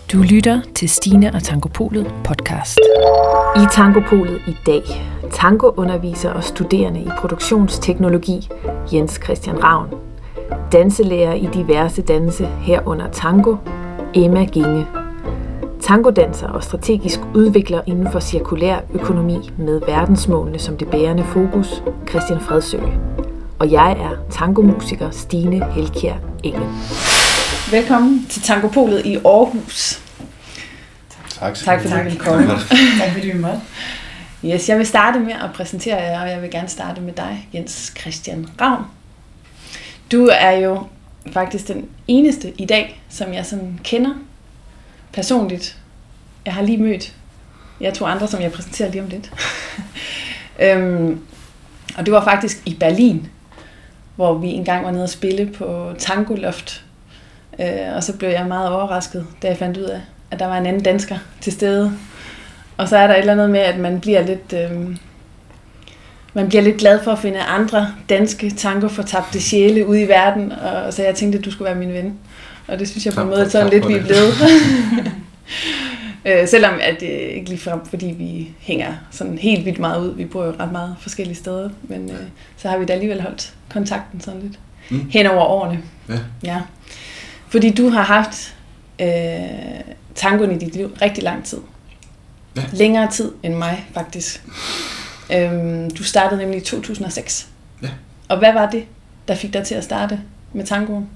Du lytter til Stine og Tangopolet podcast. I Tangopolet i dag, tangounderviser og studerende i produktionsteknologi Jens Christian Ravn. Danselærer i diverse danse herunder tango, Emma Ginge. Tangodanser og strategisk udvikler inden for cirkulær økonomi med verdensmålene som det bærende fokus, Christian Fredsø. Og jeg er tangomusiker Stine Helkjær Engel. Velkommen til Tangopolet i Aarhus. Tak fordi du ville komme. Tak fordi du måtte. Yes, jeg vil starte med at præsentere jer, og jeg vil gerne starte med dig, Jens Christian Ravn. Du er jo faktisk den eneste i dag, som jeg sådan kender personligt. Jeg har lige mødt to andre, som jeg præsenterer lige om lidt. Og det var faktisk i Berlin, hvor vi engang var nede og spille på Tangoloft. Og så blev jeg meget overrasket, da jeg fandt ud af, at der var en anden dansker til stede. Og så er der et eller andet med, at man bliver lidt glad for at finde andre danske tangofortabte sjæle ude i verden. Og så jeg tænkte, at du skulle være min ven. Og det synes jeg på en måde sådan lidt, vi er blevet. Selvom at det ikke ligefrem, fordi vi hænger sådan helt vildt meget ud. Vi bor jo ret meget forskellige steder. Men så har vi da alligevel holdt kontakten sådan lidt hen over årene. Ja. Fordi du har haft tangoen i dit liv rigtig lang tid. Ja. Længere tid end mig, faktisk. Du startede nemlig i 2006. Ja. Og hvad var det, der fik dig til at starte med tangoen?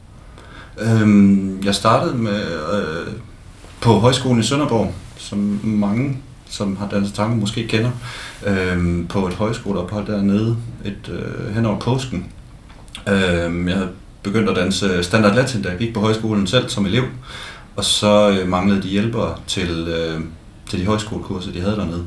Jeg startede med på højskolen i Sønderborg, som mange, som har danset tango, måske kender, på et højskoleophold dernede hen over påsken. Jeg havde begyndt at danse standard latin, da jeg gik på højskolen selv som elev, og så manglede de hjælpere til de højskolekurser, de havde dernede.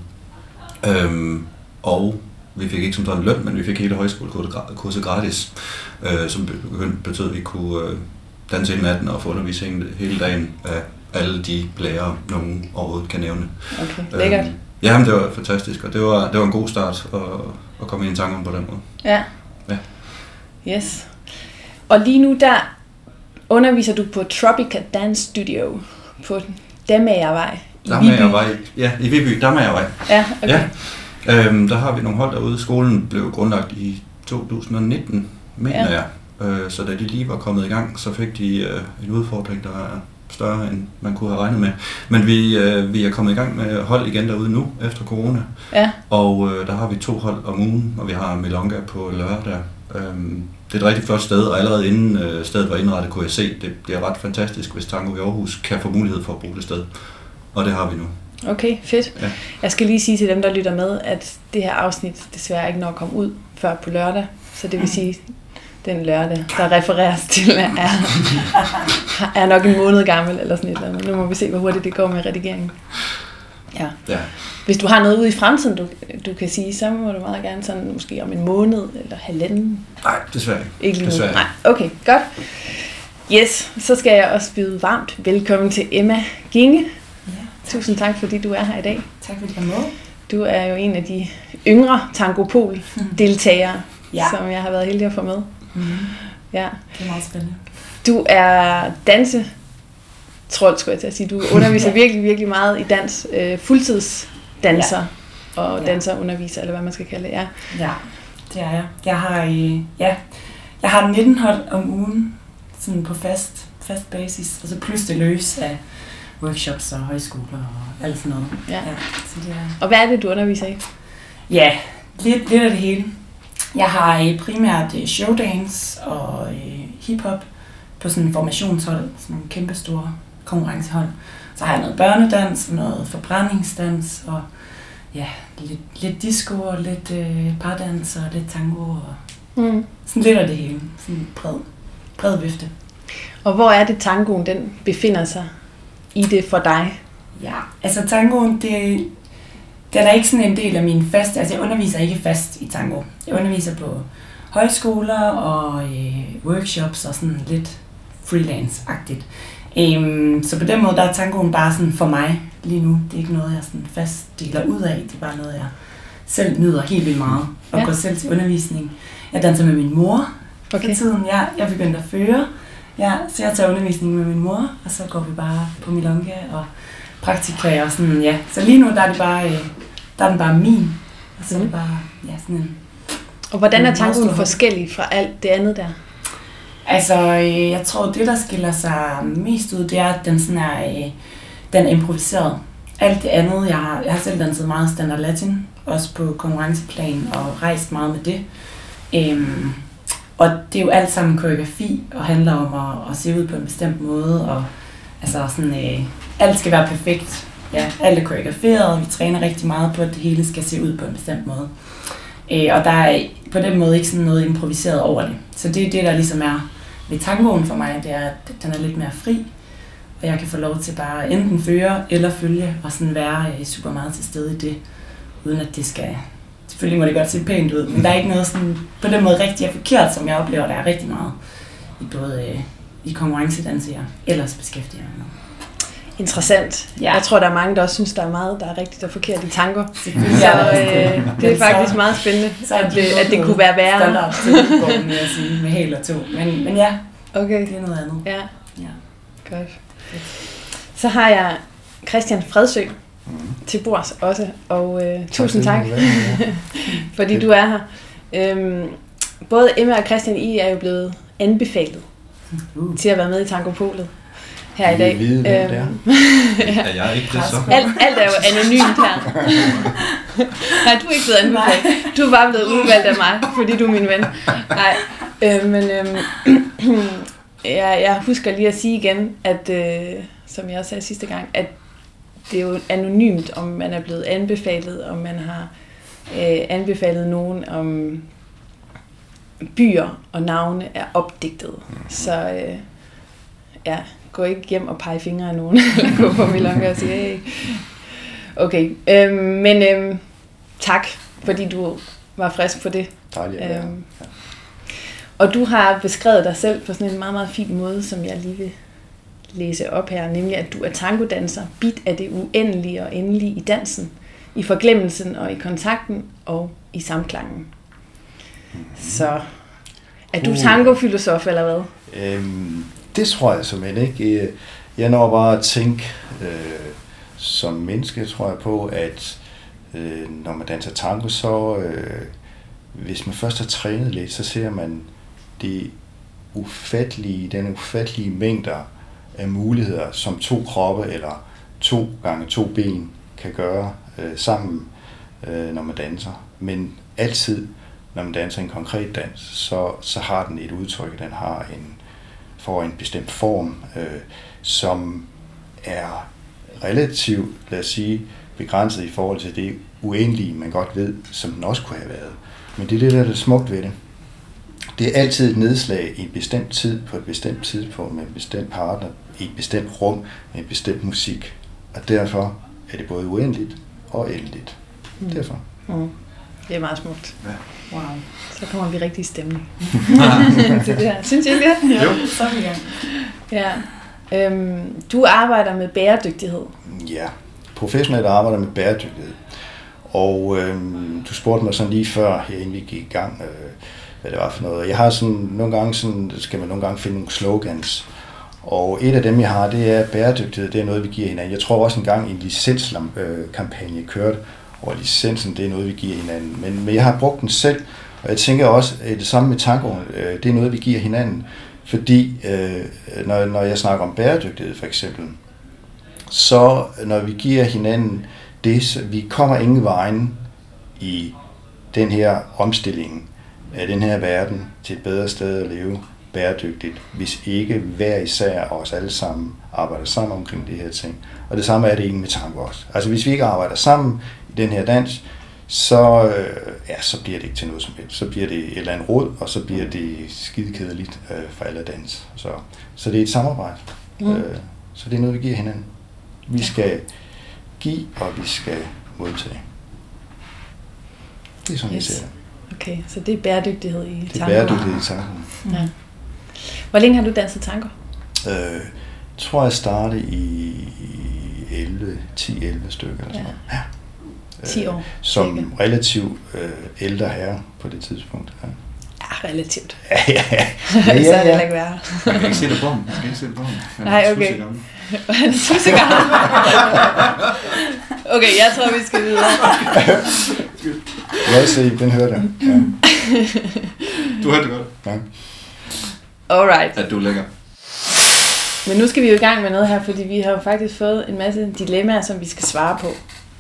Og vi fik ikke som sådan løn, men vi fik hele højskolekurset gratis, som betød, at vi kunne danse hele natten og få undervisning hele dagen af alle de lærere, nogen overhovedet kan nævne. Okay, lækkert. Jamen, det var fantastisk, og det var en god start at komme ind i tangoen på den måde. Ja. Yes. Og lige nu der underviser du på Tropica Dance Studio på Damagervej i Viby. Ja, i Viby, Damagervej. Ja, okay. Ja. Der har vi nogle hold derude. Skolen blev grundlagt i 2019, mener jeg. Så da de lige var kommet i gang, så fik de en udfordring, der er større, end man kunne have regnet med. Men vi er kommet i gang med hold igen derude nu, efter corona. Ja. Og der har vi 2 hold om ugen, og vi har Milonga på lørdag. Det er et rigtig flot sted, og allerede inden stedet var indrettet, kunne jeg se, det bliver ret fantastisk, hvis Tango i Aarhus kan få mulighed for at bruge det sted. Og det har vi nu. Okay, fedt. Ja. Jeg skal lige sige til dem, der lytter med, at det her afsnit desværre ikke når at komme ud før på lørdag. Så det vil sige, den lørdag, der refereres til, er nok en måned gammel eller sådan et eller andet. Nu må vi se, hvor hurtigt det går med redigeringen. Ja. Hvis du har noget ude i fremtiden, du kan sige, så må du meget gerne sådan måske om en måned eller halvanden. Nej, desværre ikke. Ikke lige nu? Nej, okay, godt. Yes, så skal jeg også byde varmt velkommen til Emma Ginge. Ja, tusind tak, fordi du er her i dag. Tak fordi jeg må. Du er jo en af de yngre Tangopol-deltagere, som jeg har været heldig at få med. Ja. Det er meget spændende. Du er dansetrold, skulle jeg til at sige. Du underviser virkelig, virkelig meget i dans. Fuldtidsdanser og danserunderviser, eller hvad man skal kalde det. Ja, det er jeg. Jeg har 19 hold om ugen, sådan på fast basis, og så plus det løs af workshops og højskoler og alt sådan noget. Ja. Så det er... Og hvad er det, du underviser i? Ja, lidt af det hele. Jeg har primært showdance og hiphop på sådan en formationshold, sådan en kæmpe store konkurrencehold. Så har jeg noget børnedans og noget forbrændingsdans og lidt disco og lidt pardans og lidt tango og sådan lidt af det hele. Sådan en bred vifte. Og hvor er det tangoen, den befinder sig i det for dig? Ja, altså tangoen, den er ikke sådan en del af min faste, altså jeg underviser ikke fast i tango. Jeg underviser på højskoler og workshops og sådan lidt freelance-agtigt. Så på den måde, der er tangoen bare sådan for mig lige nu. Det er ikke noget, jeg sådan fast deler ud af. Det er bare noget, jeg selv nyder helt vildt meget. Og går selv til undervisning. Jeg danser med min mor for tiden. Jeg begyndte at føre Ja, så jeg tager undervisning med min mor, og så går vi bare på milonga og praktika og sådan, ja. Så lige nu, der er den bare min, og så er det bare, ja, sådan en... Og hvordan er tangoen forskellig fra alt det andet der? Altså, jeg tror, det der skiller sig mest ud, det er, at den sådan er, den er improviseret. Alt det andet, jeg har selv danset meget standard latin, også på konkurrenceplan og rejst meget med det. Og det er jo alt sammen koreografi og handler om at se ud på en bestemt måde, og altså sådan, alt skal være perfekt. Ja, alt er koreograferet, vi træner rigtig meget på, at det hele skal se ud på en bestemt måde. Og der er på den måde ikke sådan noget improviseret over det. Så det er det, der ligesom er ved tangoen for mig, det er, at den er lidt mere fri, og jeg kan få lov til bare enten føre eller følge, og sådan være super meget til stede i det, uden at det skal... Selvfølgelig må det godt se pænt ud, men der er ikke noget sådan, på den måde rigtig forkert, som jeg oplever, der er rigtig meget i både i konkurrencedanse, jeg ellers beskæftiger mig med. Interessant. Ja. Jeg tror, der er mange, der også synes, der er meget, der er rigtigt og forkert i tango. Så det er faktisk meget spændende, at det kunne være værre. Standard til vil jeg sige, med hæl og to. Men ja, okay. Det er noget andet. Ja. Godt. Så har jeg Christian Fredsø til bords også, og tusind tak, fordi du er her. Både Emma og Christian, I er jo blevet anbefalet til at være med i Tangopolet her i dag. Vide, hvem det er. Er jeg ikke det så? Alt er jo anonymt her. Nej, du er ikke blevet anbefalet. Du er bare blevet udvalgt af mig, fordi du er min ven. Nej, jeg husker lige at sige igen, at som jeg også sagde sidste gang, at det er jo anonymt, om man er blevet anbefalet, om man har anbefalet nogen, om byer og navne er opdigtet. Så ja, gå ikke hjem og pege fingre af nogen, eller gå på milonga og sige, hey. Okay, men tak, fordi du var frisk på det. Dejligt, ja. Og du har beskrevet dig selv på sådan en meget, meget fin måde, som jeg lige vil læse op her, nemlig at du er tangodanser, bit af det uendelige og endelige i dansen, i forglemmelsen og i kontakten og i samklangen. Så er du tangofilosof eller hvad? Det tror jeg simpelthen ikke. Jeg når bare at tænke, som menneske tror jeg på, at når man danser tango, så hvis man først har trænet lidt, så ser man den ufattelige mængder af muligheder, som 2 kroppe eller 2 gange 2 ben kan gøre sammen, når man danser. Men altid, når man danser en konkret dans, så har den et udtryk, den får en bestemt form, som er relativt, lad os sige, begrænset i forhold til det uendelige, man godt ved, som den også kunne have været. Men det er det, der er det smukt ved det. Det er altid et nedslag i en bestemt tid, på et bestemt tidspunkt, med en bestemt partner, i et bestemt rum, med en bestemt musik. Og derfor er det både uendeligt og endeligt. Derfor. Det er meget smukt. Ja. Wow. Så kommer vi rigtig i stemning til det her. Synes I ikke det? Jo, så vil jeg. Ja. Du arbejder med bæredygtighed. Ja, professionelt arbejder med bæredygtighed. Og du spurgte mig sådan lige før, inden vi gik i gang, hvad det var for noget. Jeg har sådan nogle gange, skal man nogle gange finde nogle slogans. Og et af dem, jeg har, det er bæredygtighed. Det er noget, vi giver hinanden. Jeg tror også engang en licenskampagne kørte, og licensen, det er noget, vi giver hinanden. Men jeg har brugt den selv, og jeg tænker også, at det samme med tangoen, det er noget, vi giver hinanden. Fordi når jeg snakker om bæredygtighed for eksempel, så når vi giver hinanden det, så vi kommer ingen vejen i den her omstilling af den her verden til et bedre sted at leve bæredygtigt, hvis ikke hver især og os alle sammen arbejder sammen omkring de her ting. Og det samme er det egentlig med tango også. Altså hvis vi ikke arbejder sammen i den her dans, så bliver det ikke til noget som helst. Så bliver det et eller andet råd, og så bliver det skidekedeligt for alle dans. Så det er et samarbejde. Så det er noget, vi giver hinanden. Vi skal give, og vi skal modtage. Det er sådan, jeg ser det. Okay, så det er bæredygtighed i tango. Det er bæredygtighed i tango. Ja. Hvor længe har du danset tango? Tror jeg startede i 10-11 stykker. Eller sådan. Ja. 10 år. Som relativt ældre herre på det tidspunkt. Ja. Ja, relativt. Ja. Så er det heller ikke værre. Jeg kan ikke se det på ham. Nej, okay. Han er tussegammel. Okay, jeg tror, vi skal videre. Jeg se, den hørte jeg. Ja. Du hørte det godt. Ja. Alright. At du er lækker. Men nu skal vi jo i gang med noget her, fordi vi har jo faktisk fået en masse dilemmaer, som vi skal svare på.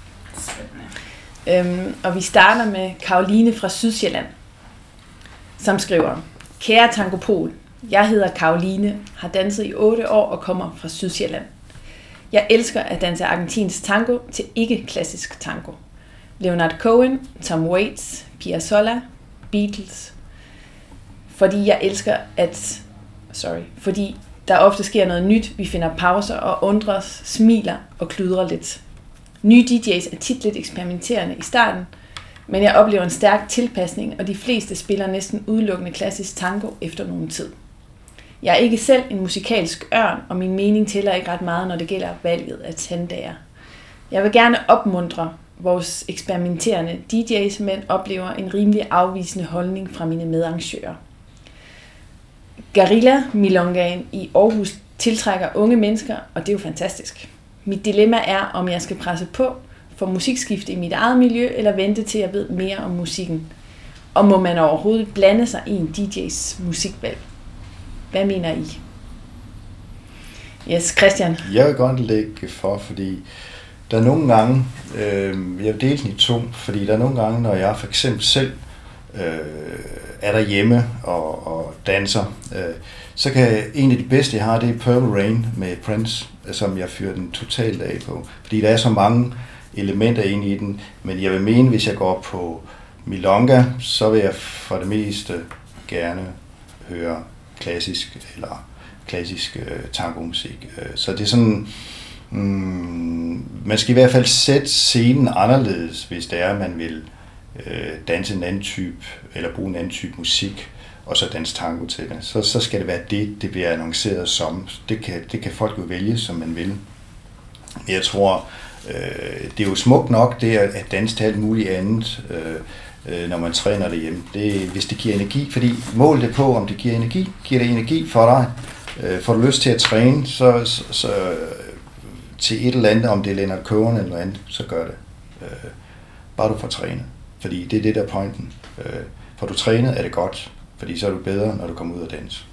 Og vi starter med Karoline fra Sydsjælland, som skriver: Kære Tankopol, jeg hedder Karoline, har danset i 8 år og kommer fra Sydsjælland. Jeg elsker at danse argentinsk tango til ikke-klassisk tango. Leonard Cohen, Tom Waits, Piazzolla, Beatles. Fordi der ofte sker noget nyt, vi finder pauser og undres, smiler og kludrer lidt. Nye DJ's er tit lidt eksperimenterende i starten, men jeg oplever en stærk tilpasning, og de fleste spiller næsten udelukkende klassisk tango efter nogen tid. Jeg er ikke selv en musikalsk ørn, og min mening tæller ikke ret meget, når det gælder valget af tandager. Jeg vil gerne opmuntre vores eksperimenterende DJ's, men oplever en rimelig afvisende holdning fra mine medarrangører. Guerilla Milongaen i Aarhus tiltrækker unge mennesker, og det er jo fantastisk. Mit dilemma er, om jeg skal presse på for musikskifte i mit eget miljø, eller vente til jeg ved mere om musikken. Og må man overhovedet blande sig i en DJ's musikvalg? Hvad mener I? Yes, Christian. Jeg vil godt lægge for, fordi der er nogle gange, jeg vil dele den i 2, fordi der er nogle gange, når jeg for eksempel selv er derhjemme og danser, så kan en af de bedste, jeg har, det er Purple Rain med Prince, som jeg fyrer den totalt af på. Fordi der er så mange elementer inde i den, men jeg vil mene, hvis jeg går på milonga, så vil jeg for det meste gerne høre klassisk eller klassisk tangomusik. Så det er sådan, man skal i hvert fald sætte scenen anderledes, hvis det er, at man vil danse en anden type, eller bruge en anden type musik, og så danse tango til det. Så skal det være det bliver annonceret som. Det kan folk jo vælge, som man vil. Jeg tror, det er jo smukt nok, det at danse til alt muligt andet, når man træner derhjemme. Hvis det giver energi, fordi mål det på, om det giver energi. Giver det energi for dig? Får du lyst til at træne, så til et eller andet, om det er Leonard Cohen eller noget andet, så gør det. Bare du får trænet. Fordi det er det der pointen. Får du trænet, er det godt. Fordi så er du bedre, når du kommer ud og danse.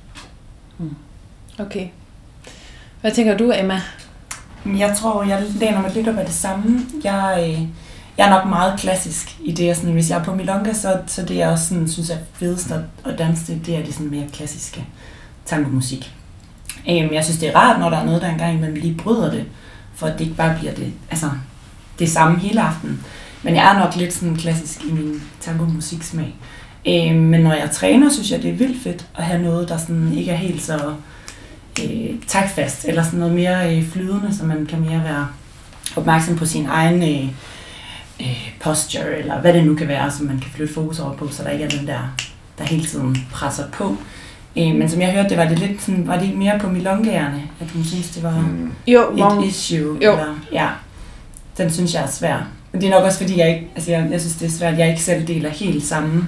Okay. Hvad tænker du, Emma? Jeg tror, jeg læner mig lidt op af det samme. Jeg er nok meget klassisk i det. Sådan, hvis jeg er på milonga, så det jeg også sådan, synes er fedest at danse det er det sådan mere klassiske tangomusik. Jeg synes, det er rart, når der er noget, der engang imellem lige bryder det, for at det ikke bare bliver det samme hele aftenen. Men jeg er nok lidt sådan klassisk i min tangomusiksmag. Men når jeg træner, synes jeg, det er vildt fedt at have noget, der sådan ikke er helt så taktfast, eller sådan noget mere flydende, så man kan mere være opmærksom på sin egen posture, eller hvad det nu kan være, som man kan flytte fokus over på, så der ikke er den der hele tiden presser på. Men som jeg hørte, det var det lidt sådan, var det ikke mere på milongaerne, at hun synes, det var et issue? Jo. Eller, ja, den synes jeg er svær. Men det er nok også fordi, jeg synes, det er svært, at jeg ikke selv deler helt samme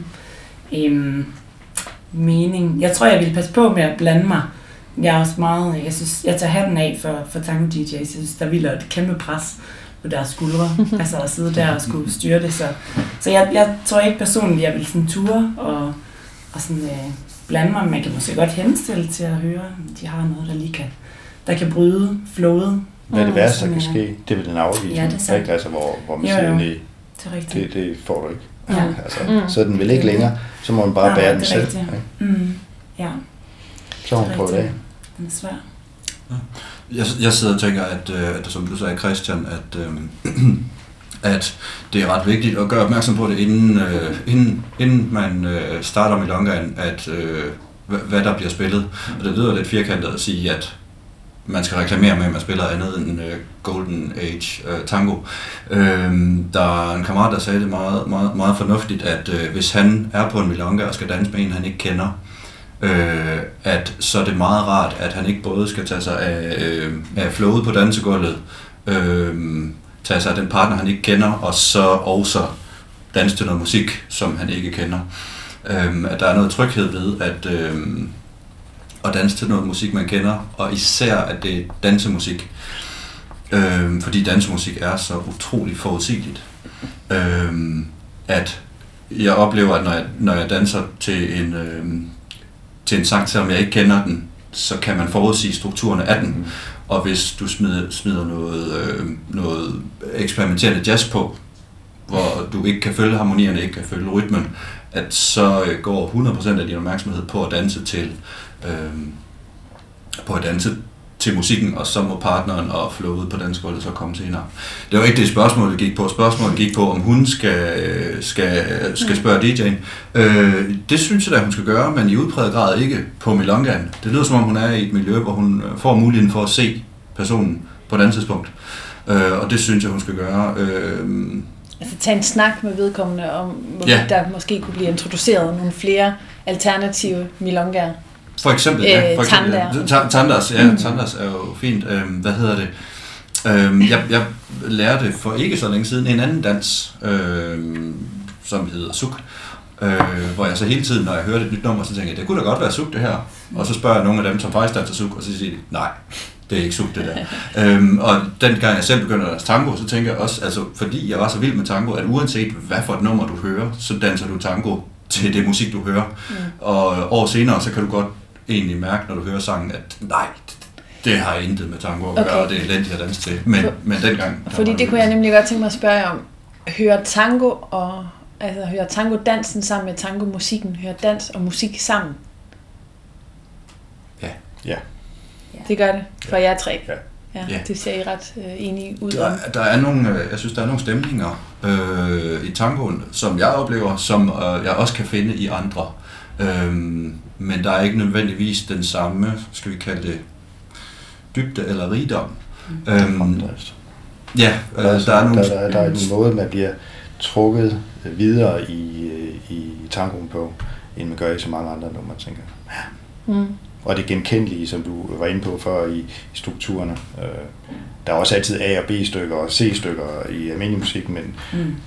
mening. Jeg tror, jeg ville passe på med at blande mig. Jeg er også meget, jeg tager hatten af for tango DJ's. Jeg synes, der hviler et kæmpe pres på deres skuldre, altså at sidde der og skulle styre det. Så jeg tror ikke personligt, jeg vil sådan ture og sådan blande mig. Man kan måske godt henstille til at høre, om de har noget, der kan bryde flowet. Hvad er det værste, der kan ske? Det vil den afvise. Ja, det er sandt. Altså, hvor man siger, det får du ikke. Ja. Altså, så den vil ikke længere, så må man bare bære den selv. Ja. Så må man prøve det. Den er svær. Jeg sidder og tænker, at som du sagde, Christian, at det er ret vigtigt at gøre opmærksom på det, inden man starter milongaen, at hvad der bliver spillet. Og det lyder lidt firkantet at sige, at man skal reklamere med, at man spiller andet end Golden Age tango. Der er en kammerat, der sagde det meget, meget, meget fornuftigt, at hvis han er på en milonga og skal danse med en, han ikke kender, at så er det meget rart, at han ikke både skal tage sig af flowet på dansegulvet, tage sig af den partner, han ikke kender, og så også danse til noget musik, som han ikke kender. At der er noget tryghed ved at danse til noget musik, man kender, og især at det er dansemusik. Fordi dansemusik er så utroligt forudsigeligt. At jeg oplever, at når jeg danser til en sang, selvom jeg ikke kender den, så kan man forudsige strukturerne af den. Og hvis du smider noget eksperimenterende jazz på, hvor du ikke kan følge harmonierne, ikke kan følge rytmen, at så går 100% af din opmærksomhed på at danse til musikken, og så må partneren og flowet på dansegulvet så komme senere. Det var ikke det spørgsmålet gik på. Spørgsmålet gik på, om hun skal spørge DJ'en. Det synes jeg da, hun skal gøre, men i udpræget grad ikke på milongaen. Det lyder som om, hun er i et miljø, hvor hun får muligheden for at se personen på et andet tidspunkt. Og det synes jeg, hun skal gøre. Altså tage en snak med vedkommende om, hvorvidt der måske kunne blive introduceret nogle flere alternative milongaer. For eksempel, Tandas er jo fint. Hvad hedder det? Jeg lærte for ikke så længe siden en anden dans, som hedder Suk, hvor jeg så hele tiden, når jeg hørte et nyt nummer, så tænker jeg, det kunne da godt være Suk det her. Og så spørger jeg nogle af dem, som faktisk danser Suk, og så siger de, nej, det er ikke Suk det der. Og den gang jeg selv begyndte at danse tango, så tænker jeg også, altså fordi jeg var så vild med tango, at uanset hvad for et nummer du hører, så danser du tango til det musik, du hører. Og år senere, så kan du godt egentlig mærke, når du hører sangen, at nej, det har intet med tango at gøre, og det er elendigt at danse til. Men dengang... Fordi det kunne jeg nemlig godt tænke mig at spørge jer om. Hører tango-dansen sammen med tango-musikken? Hører dans og musik sammen? Ja. Det gør det for jer tre? Ja. Det ser I ret enige ud om. Der er nogle, jeg synes, der er nogle stemninger i tangoen, som jeg oplever, som jeg også kan finde i andre. Men der er ikke nødvendigvis den samme, skal vi kalde det, dybde eller rigdom. Der er en måde, man bliver trukket videre i tangoen på, end man gør i så mange andre numre, tænker jeg. Og det genkendelige, som du var inde på før i strukturerne. Der er også altid A- og B-stykker og C-stykker i almindelig musik, men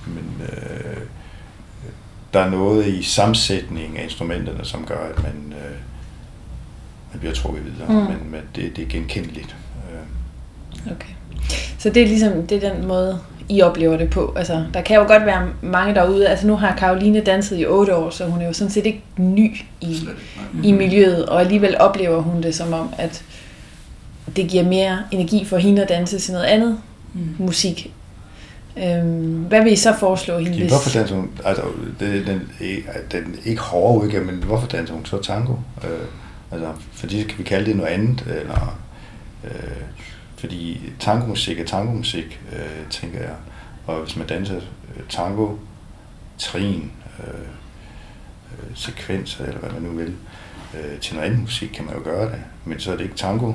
der er noget i sammensætningen af instrumenterne, som gør, at man bliver trukket videre, men det er genkendeligt. Okay. Så det er ligesom det er den måde, I oplever det på. Altså, der kan jo godt være mange derude. Altså, nu har Caroline danset i 8 år, så hun er jo sådan set ikke ny i miljøet, og alligevel oplever hun det som om, at det giver mere energi for hende at danse til noget andet musik. Hvad vil I så foreslå hende? Hvorfor danser hun, altså den ikke hårde udgave, men hvorfor danser hun så tango? Fordi kan vi kalde det noget andet, eller fordi tangomusik er tangomusik, tænker jeg. Og hvis man danser tango, trin, sekvenser, eller hvad man nu vil, til noget andet musik, kan man jo gøre det. Men så er det ikke tango.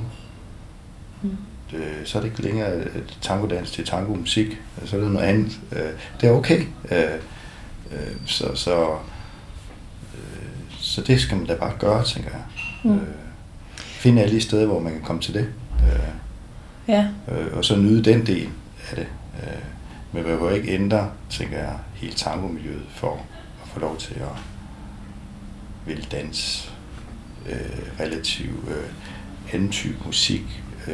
Så er det ikke længere tangodans til tangomusik. Så er det noget andet. Det er okay. Så det skal man da bare gøre, tænker jeg. Finde alle de steder, hvor man kan komme til det. Og så nyde den del af det. Men man behøver ikke ændre, tænker jeg, hele tangomiljøet for at få lov til at ville danse relativt anden type musik.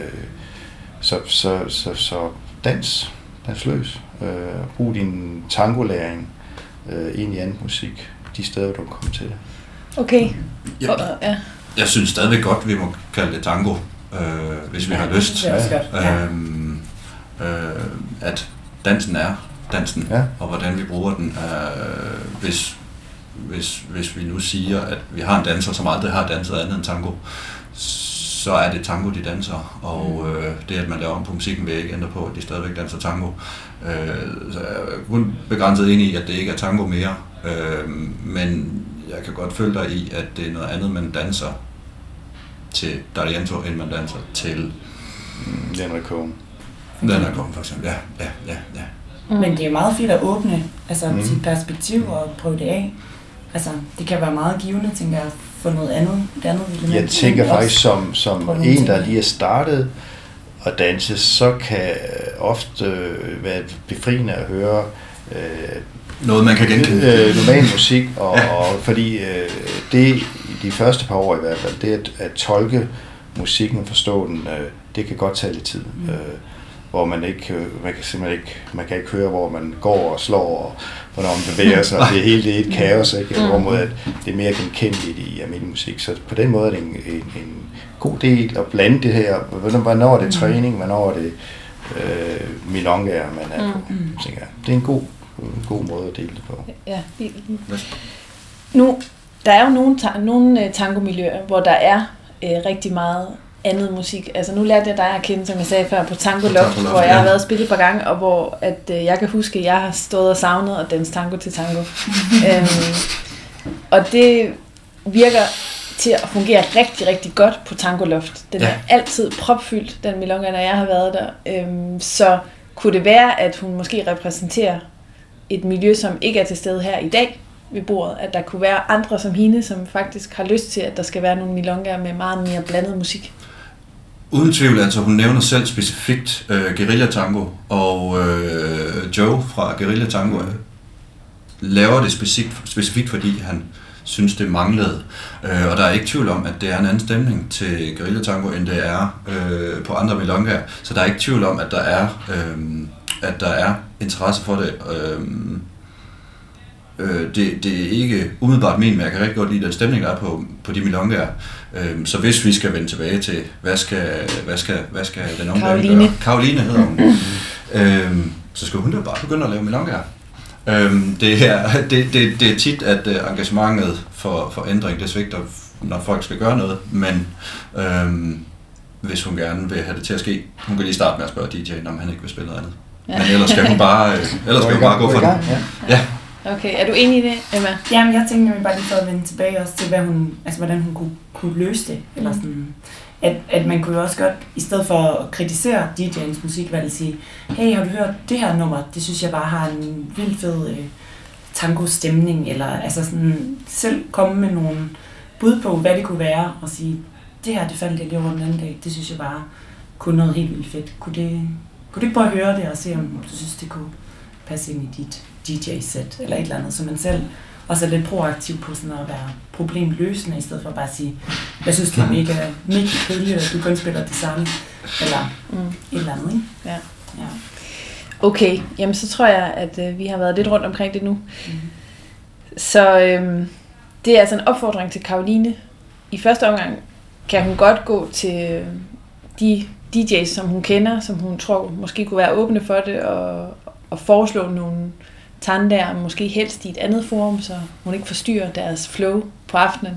Så dans løs. Brug din tangolæring ind i anden musik, de steder, du kommer til det. Okay. Jeg synes stadigvæk godt, vi må kalde det tango, hvis vi har lyst. At dansen er dansen, og hvordan vi bruger den. Hvis vi nu siger, at vi har en danser, som aldrig har danset andet end tango, så er det tango, de danser, og det, at man laver om på musikken, vil ikke ændre på, at de stadigvæk danser tango. Så jeg er kun begrænset ind i, at det ikke er tango mere, men jeg kan godt følge dig i, at det er noget andet, man danser til D'Arienzo, end man danser til Leonard Cohen. Leonard Cohen for eksempel, ja. Men det er meget fedt at åbne sit perspektiv og prøve det af. Altså, det kan være meget givende, tænker jeg, for noget andet. Jeg tænker faktisk, som en, der lige er startet at danse, så kan ofte være befriende at høre noget, man kan genkende. Normal musik, og fordi det i de første par år i hvert fald, det at tolke musikken og forstå den, det kan godt tage lidt tid. Hvor man kan ikke høre, hvor man går og slår, og hvornår man bevæger sig. Det er helt et kaos, ikke? Hvorimod at det er mere genkendeligt i almindelig musik. Så på den måde er det en god del at blande det her. Hvornår er det træning, hvornår er det milongaer, man er på. Det er en god måde at dele det på. Ja. Nu, der er jo nogle tangomiljøer, hvor der er rigtig meget andet musik. Altså nu lærte jeg dig at kende, som jeg sagde før, på Tango Loft, hvor jeg har været spillet et par gange, og hvor at, jeg kan huske, at jeg har stået og savnet at danse tango til tango. Og det virker til at fungere rigtig, rigtig godt på Tango Loft. Den er altid propfyldt, den milonga, når jeg har været der. Så kunne det være, at hun måske repræsenterer et miljø, som ikke er til stede her i dag ved bordet, at der kunne være andre som hende, som faktisk har lyst til, at der skal være nogle milongaer med meget mere blandet musik? Uden tvivl, altså hun nævner selv specifikt Guerilla Tango, og Joe fra Guerilla Tango laver det specifikt, fordi han synes, det manglede. Og der er ikke tvivl om, at det er en anden stemning til Guerilla Tango, end det er på andre milongaer. Så der er ikke tvivl om, at der er interesse for det. Det er ikke umiddelbart men jeg kan rigtig godt lide den stemning, der er på de milongaer. Så hvis vi skal vende tilbage til, hvad skal den unge dame gøre? Caroline hedder hun. Så skal hun da bare begynde at lave milongaer. Det er tit, at engagementet for ændring, det svigter, når folk skal gøre noget, men hvis hun gerne vil have det til at ske, hun kan lige starte med at spørge DJ'en, om han ikke vil spille noget andet. Ja. Men ellers skal hun bare gå for det. Ja. Okay, er du enig i det, Emma? Jamen, jeg tænkte nemlig bare lige for at vende tilbage også til, hvordan hun kunne løse det. Eller sådan, at man kunne jo også godt, i stedet for at kritisere DJ'ens musikvalg, sige, hey, har du hørt det her nummer? Det synes jeg bare har en vildt fed tango-stemning, eller altså sådan, selv komme med nogle bud på, hvad det kunne være, og sige, det her, det faldt jeg lige over den anden dag, det synes jeg bare kunne noget helt vildt fedt. Kunne du ikke bare høre det og se, om du synes, det kunne passe ind i dit DJ-sæt, eller et eller andet, så man selv også er lidt proaktiv på sådan at være problemløsende, i stedet for bare at sige, jeg synes, det er mega kedeligt, at du kun spiller det samme, eller et eller andet, ikke? Ja. Okay, jamen så tror jeg, at vi har været lidt rundt omkring det nu. Så det er altså en opfordring til Caroline. I første omgang kan hun godt gå til de DJ's, som hun kender, som hun tror måske kunne være åbne for det, og foreslå nogle tandaer, måske helst i et andet forum, så hun ikke forstyrrer deres flow på aftenen.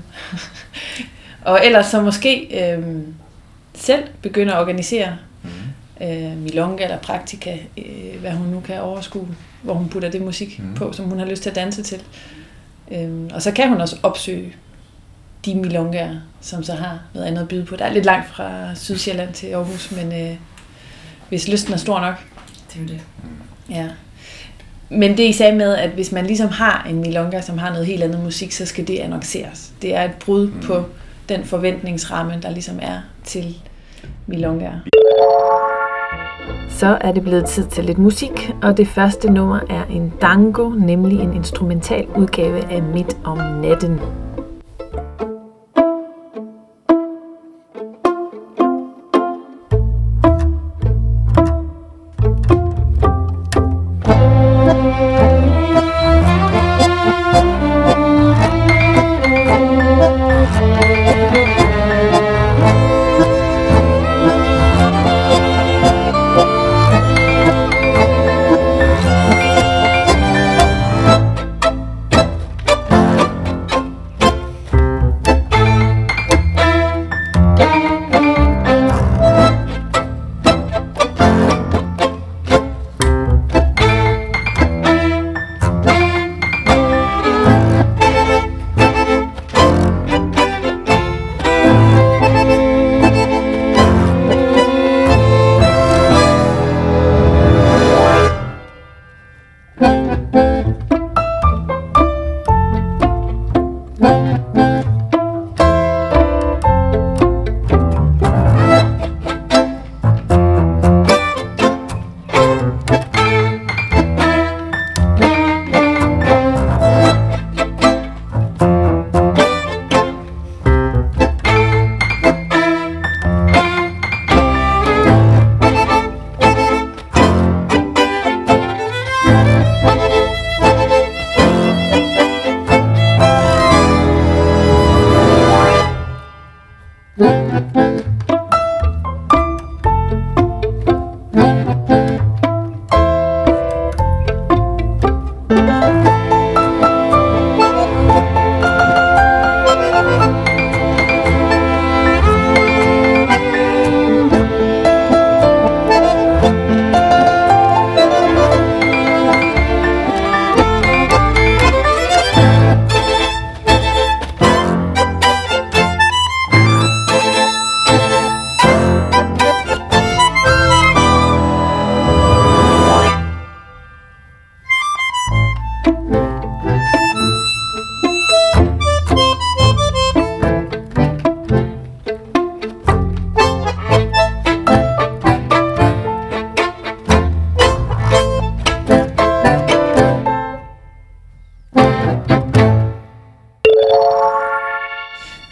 Og ellers så måske selv begynde at organisere milonga eller praktika, hvad hun nu kan overskue, hvor hun putter det musik på, som hun har lyst til at danse til. Og så kan hun også opsøge de milongaer, som så har noget andet at byde på. Der er lidt langt fra Sydsjælland til Aarhus, men hvis lysten er stor nok. Det er jo det. Ja. Men det I sagde med, at hvis man ligesom har en milonga, som har noget helt andet musik, så skal det annonceres. Det er et brud på den forventningsramme, der ligesom er til milongaer. Så er det blevet tid til lidt musik, og det første nummer er en dango, nemlig en instrumental udgave af Midt om natten.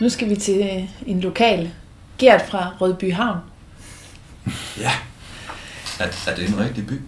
skal vi til en lokal. Gert fra Rødby Havn. Ja. Er det en rigtig by?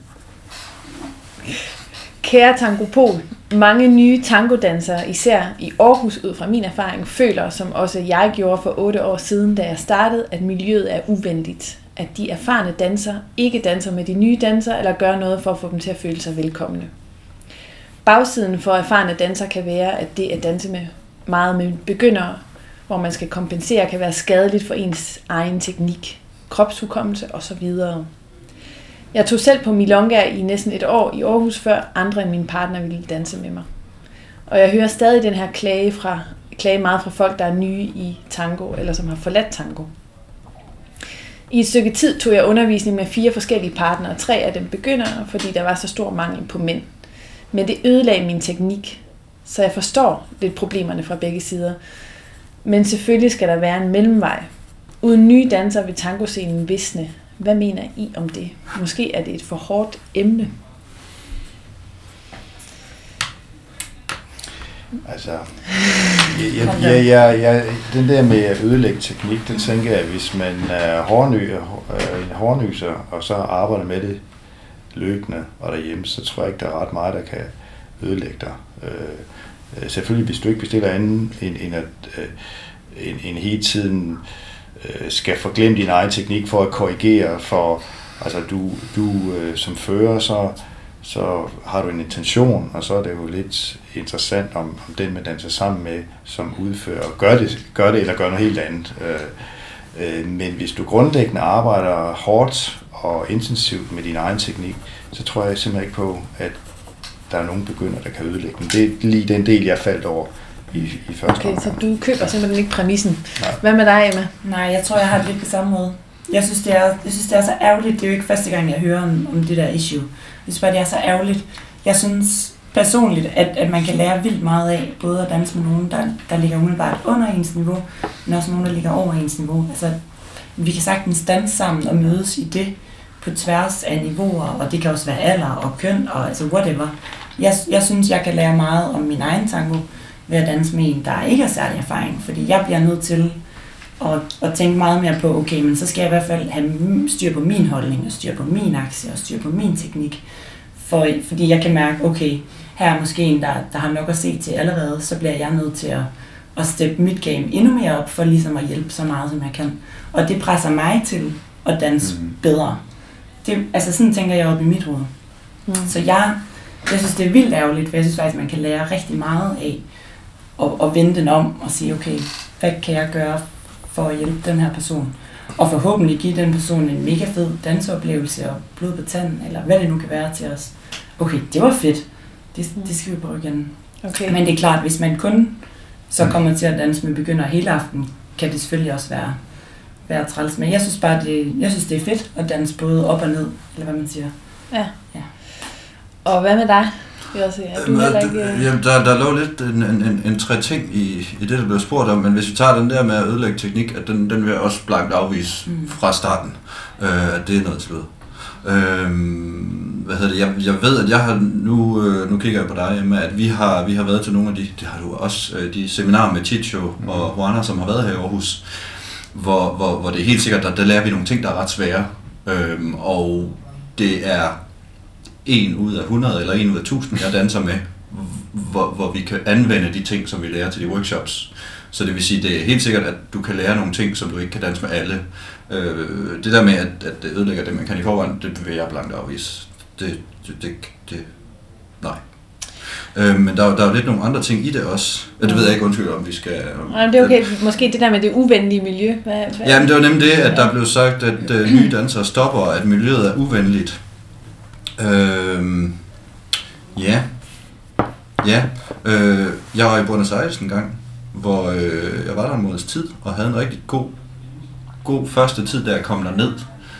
Kære Tangopol, mange nye tangodansere, især i Aarhus ud fra min erfaring, føler, som også jeg gjorde for 8 år siden, da jeg startede, at miljøet er uvenligt. At de erfarne dansere ikke danser med de nye dansere, eller gør noget for at få dem til at føle sig velkomne. Bagsiden for erfarne dansere kan være, at det at danse med begyndere, hvor man skal kompensere, kan være skadeligt for ens egen teknik, kropshukommelse osv. Jeg tog selv på milonga i næsten 1 år i Aarhus, før andre end min partner ville danse med mig. Og jeg hører stadig den her klage meget fra folk, der er nye i tango, eller som har forladt tango. I et stykke tid tog jeg undervisning med 4 forskellige partnere, 3 af dem begyndere, fordi der var så stor mangel på mænd. Men det ødelagde min teknik, så jeg forstår lidt problemerne fra begge sider. Men selvfølgelig skal der være en mellemvej. Uden nye dansere vil tangoscenen visne. Hvad mener I om det? Måske er det et for hårdt emne. Altså, den der med at ødelægge teknik, den tænker jeg, hvis man er hårdnyser, og så arbejder med det løbende og derhjemme, så tror jeg ikke, der er ret meget, der kan ødelægge dig. Selvfølgelig, hvis du ikke bestiller anden end hele tiden skal forglemme din egen teknik for at korrigere, for altså du som fører, så har du en intention, og så er det jo lidt interessant, om den man danser sammen med, som udfører, gør det eller gør noget helt andet. Men hvis du grundlæggende arbejder hårdt og intensivt med din egen teknik, så tror jeg simpelthen ikke på, at der er nogen begynder, der kan ødelægge den. Det er lige den del, jeg faldt over i første omgang. Okay, så du køber simpelthen ikke præmissen. Nej. Hvad med dig, Emma? Nej, jeg tror, jeg har det lidt på samme måde. Jeg synes, det er så ærgerligt. Det er jo ikke første gang, jeg hører om det der issue. Jeg synes bare, det er så ærgerligt. Jeg synes personligt, at man kan lære vildt meget af, både at danse med nogen, der ligger umiddelbart under ens niveau, men også nogen, der ligger over ens niveau. Altså, vi kan sagtens danse sammen og mødes i det på tværs af niveauer, og det kan også være alder og køn, og altså whatever. Jeg synes, jeg kan lære meget om min egen tango ved at danse med en, der ikke har særlig erfaring, fordi jeg bliver nødt til at tænke meget mere på, okay, men så skal jeg i hvert fald have styr på min holdning, og styr på min aktie, og styr på min teknik, fordi jeg kan mærke, okay, her er måske en, der har nok at se til allerede, så bliver jeg nødt til at steppe mit game endnu mere op, for ligesom at hjælpe så meget, som jeg kan. Og det presser mig til at danse bedre. Altså sådan tænker jeg op i mit hoved. Så jeg synes, det er vildt ærgerligt, for jeg synes faktisk, man kan lære rigtig meget af at vende den om og sige, okay, hvad kan jeg gøre for at hjælpe den her person? Og forhåbentlig give den person en mega fed danseoplevelse og blod på tanden, eller hvad det nu kan være til os. Okay, det var fedt. Det skal vi prøve igen. Okay. Men det er klart, hvis man kun så kommer til at danse med begynder hele aften, kan det selvfølgelig også være træls. Men jeg synes bare, det er fedt at danse både op og ned, eller hvad man siger. Ja. Og hvad med dig? Der lå lidt en 3 ting i det, der blev spurgt om, men hvis vi tager den der med at ødelægge teknik, at den vil jeg også blankt afvise fra starten, at det er noget slået. Jeg ved, at jeg har nu kigger jeg på dig, Emma, at vi har været til nogle af det har du også, de seminarer med Chicho og Juana, som har været her i Aarhus, hvor det er helt sikkert, at der lærer vi nogle ting, der er ret svære, og det er 1 ud af 100 eller 1 ud af 1000, jeg danser med, hvor vi kan anvende de ting, som vi lærer til de workshops. Så det vil sige, det er helt sikkert, at du kan lære nogle ting, som du ikke kan danse med alle. Det der med, at det ødelægger det, man kan i forvejen, det vil jeg blankt afvise. Nej. Men der er jo lidt nogle andre ting i det også. Det ved jeg ikke, undskyld, om vi skal... Nej, det er okay. Måske det der med det uvenlige miljø. Jamen, det var nemlig det, at der blev sagt, at nye dansere stopper, og at miljøet er uvenligt. Jeg var i Buenos Aires en gang, hvor jeg var der en måneds tid, og havde en rigtig god første tid, da jeg kom derned.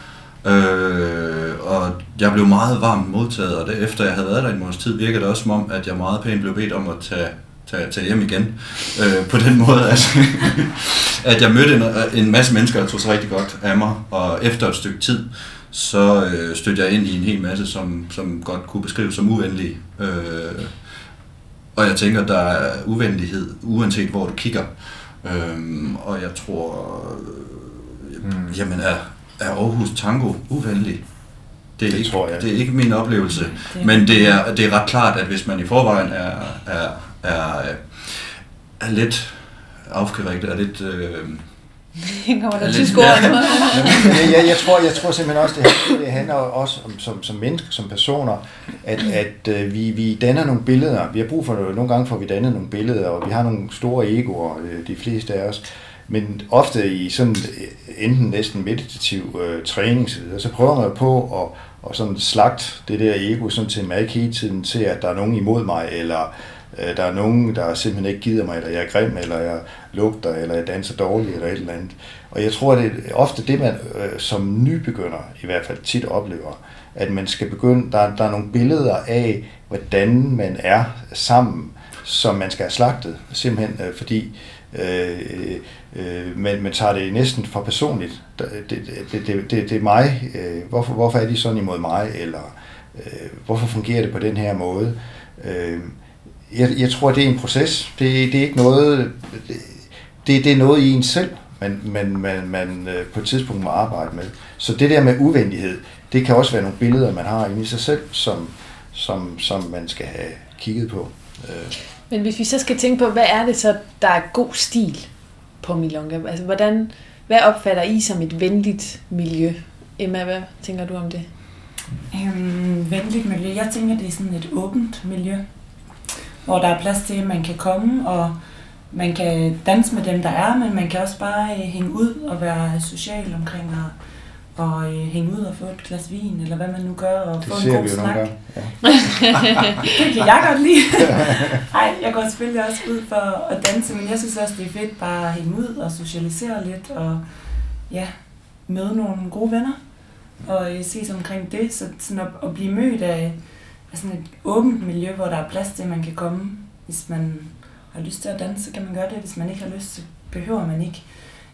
Og jeg blev meget varmt modtaget, og det, efter jeg havde været der en måneds tid, virkede det også som om, at jeg meget pænt blev bedt om at tage hjem igen. På den måde, altså, at jeg mødte en masse mennesker, der tog sig rigtig godt af mig, og efter et stykke tid, så stødte jeg ind i en hel masse, som godt kunne beskrives som uvenlige. Og jeg tænker, der er uvenlighed, uanset hvor du kigger. Og jeg tror, jamen er Aarhus Tango uvenlig? Det er ikke min oplevelse, men det er ret klart, at hvis man i forvejen er lidt afgerigtet, er lidt... Kommer der tysk ord? Jeg tror simpelthen også, det handler også om som mennesker, som personer, at vi danner nogle billeder. Vi har brug for nogle gange, for vi danner nogle billeder, og vi har nogle store egoer, de fleste af os. Men ofte i sådan enten næsten meditativ træning, så prøver man på at sådan slagte det der ego, sådan til man ikke hele tiden ser, at der er nogen imod mig, eller der er nogen, der simpelthen ikke gider mig, eller jeg er grim, eller jeg lugter, eller jeg danser dårligt, eller et eller andet. Og jeg tror, det er ofte det, man som nybegynder i hvert fald tit oplever, at man skal begynde, der er nogle billeder af, hvordan man er sammen, som man skal have slagtet, simpelthen fordi man tager det næsten for personligt. Det er mig. Hvorfor er de sådan imod mig? Eller hvorfor fungerer det på den her måde? Jeg tror, det er en proces. Det er ikke noget. Det er noget i en selv, man på et tidspunkt må arbejde med. Så det der med uvenlighed, det kan også være nogle billeder, man har inde i sig selv, som man skal have kigget på. Men hvis vi så skal tænke på, hvad er det så, der er god stil på Milonga? Altså, hvad opfatter I som et venligt miljø? Emma, hvad tænker du om det? Venligt miljø? Jeg tænker, det er sådan et åbent miljø, hvor der er plads til, at man kan komme, og man kan danse med dem, der er, men man kan også bare hænge ud og være social omkring og hænge ud og få et glas vin, eller hvad man nu gør, og få en god snak. Ja. Det kan jeg godt lide. Ej, jeg går selvfølgelig også ud for at danse, men jeg synes også, det er fedt bare at hænge ud og socialisere lidt, og ja, møde nogle gode venner, og ses omkring det, så sådan at blive mødt af sådan et åbent miljø, hvor der er plads til, at man kan komme. Hvis man har lyst til at danse, så kan man gøre det. Hvis man ikke har lyst, så behøver man ikke.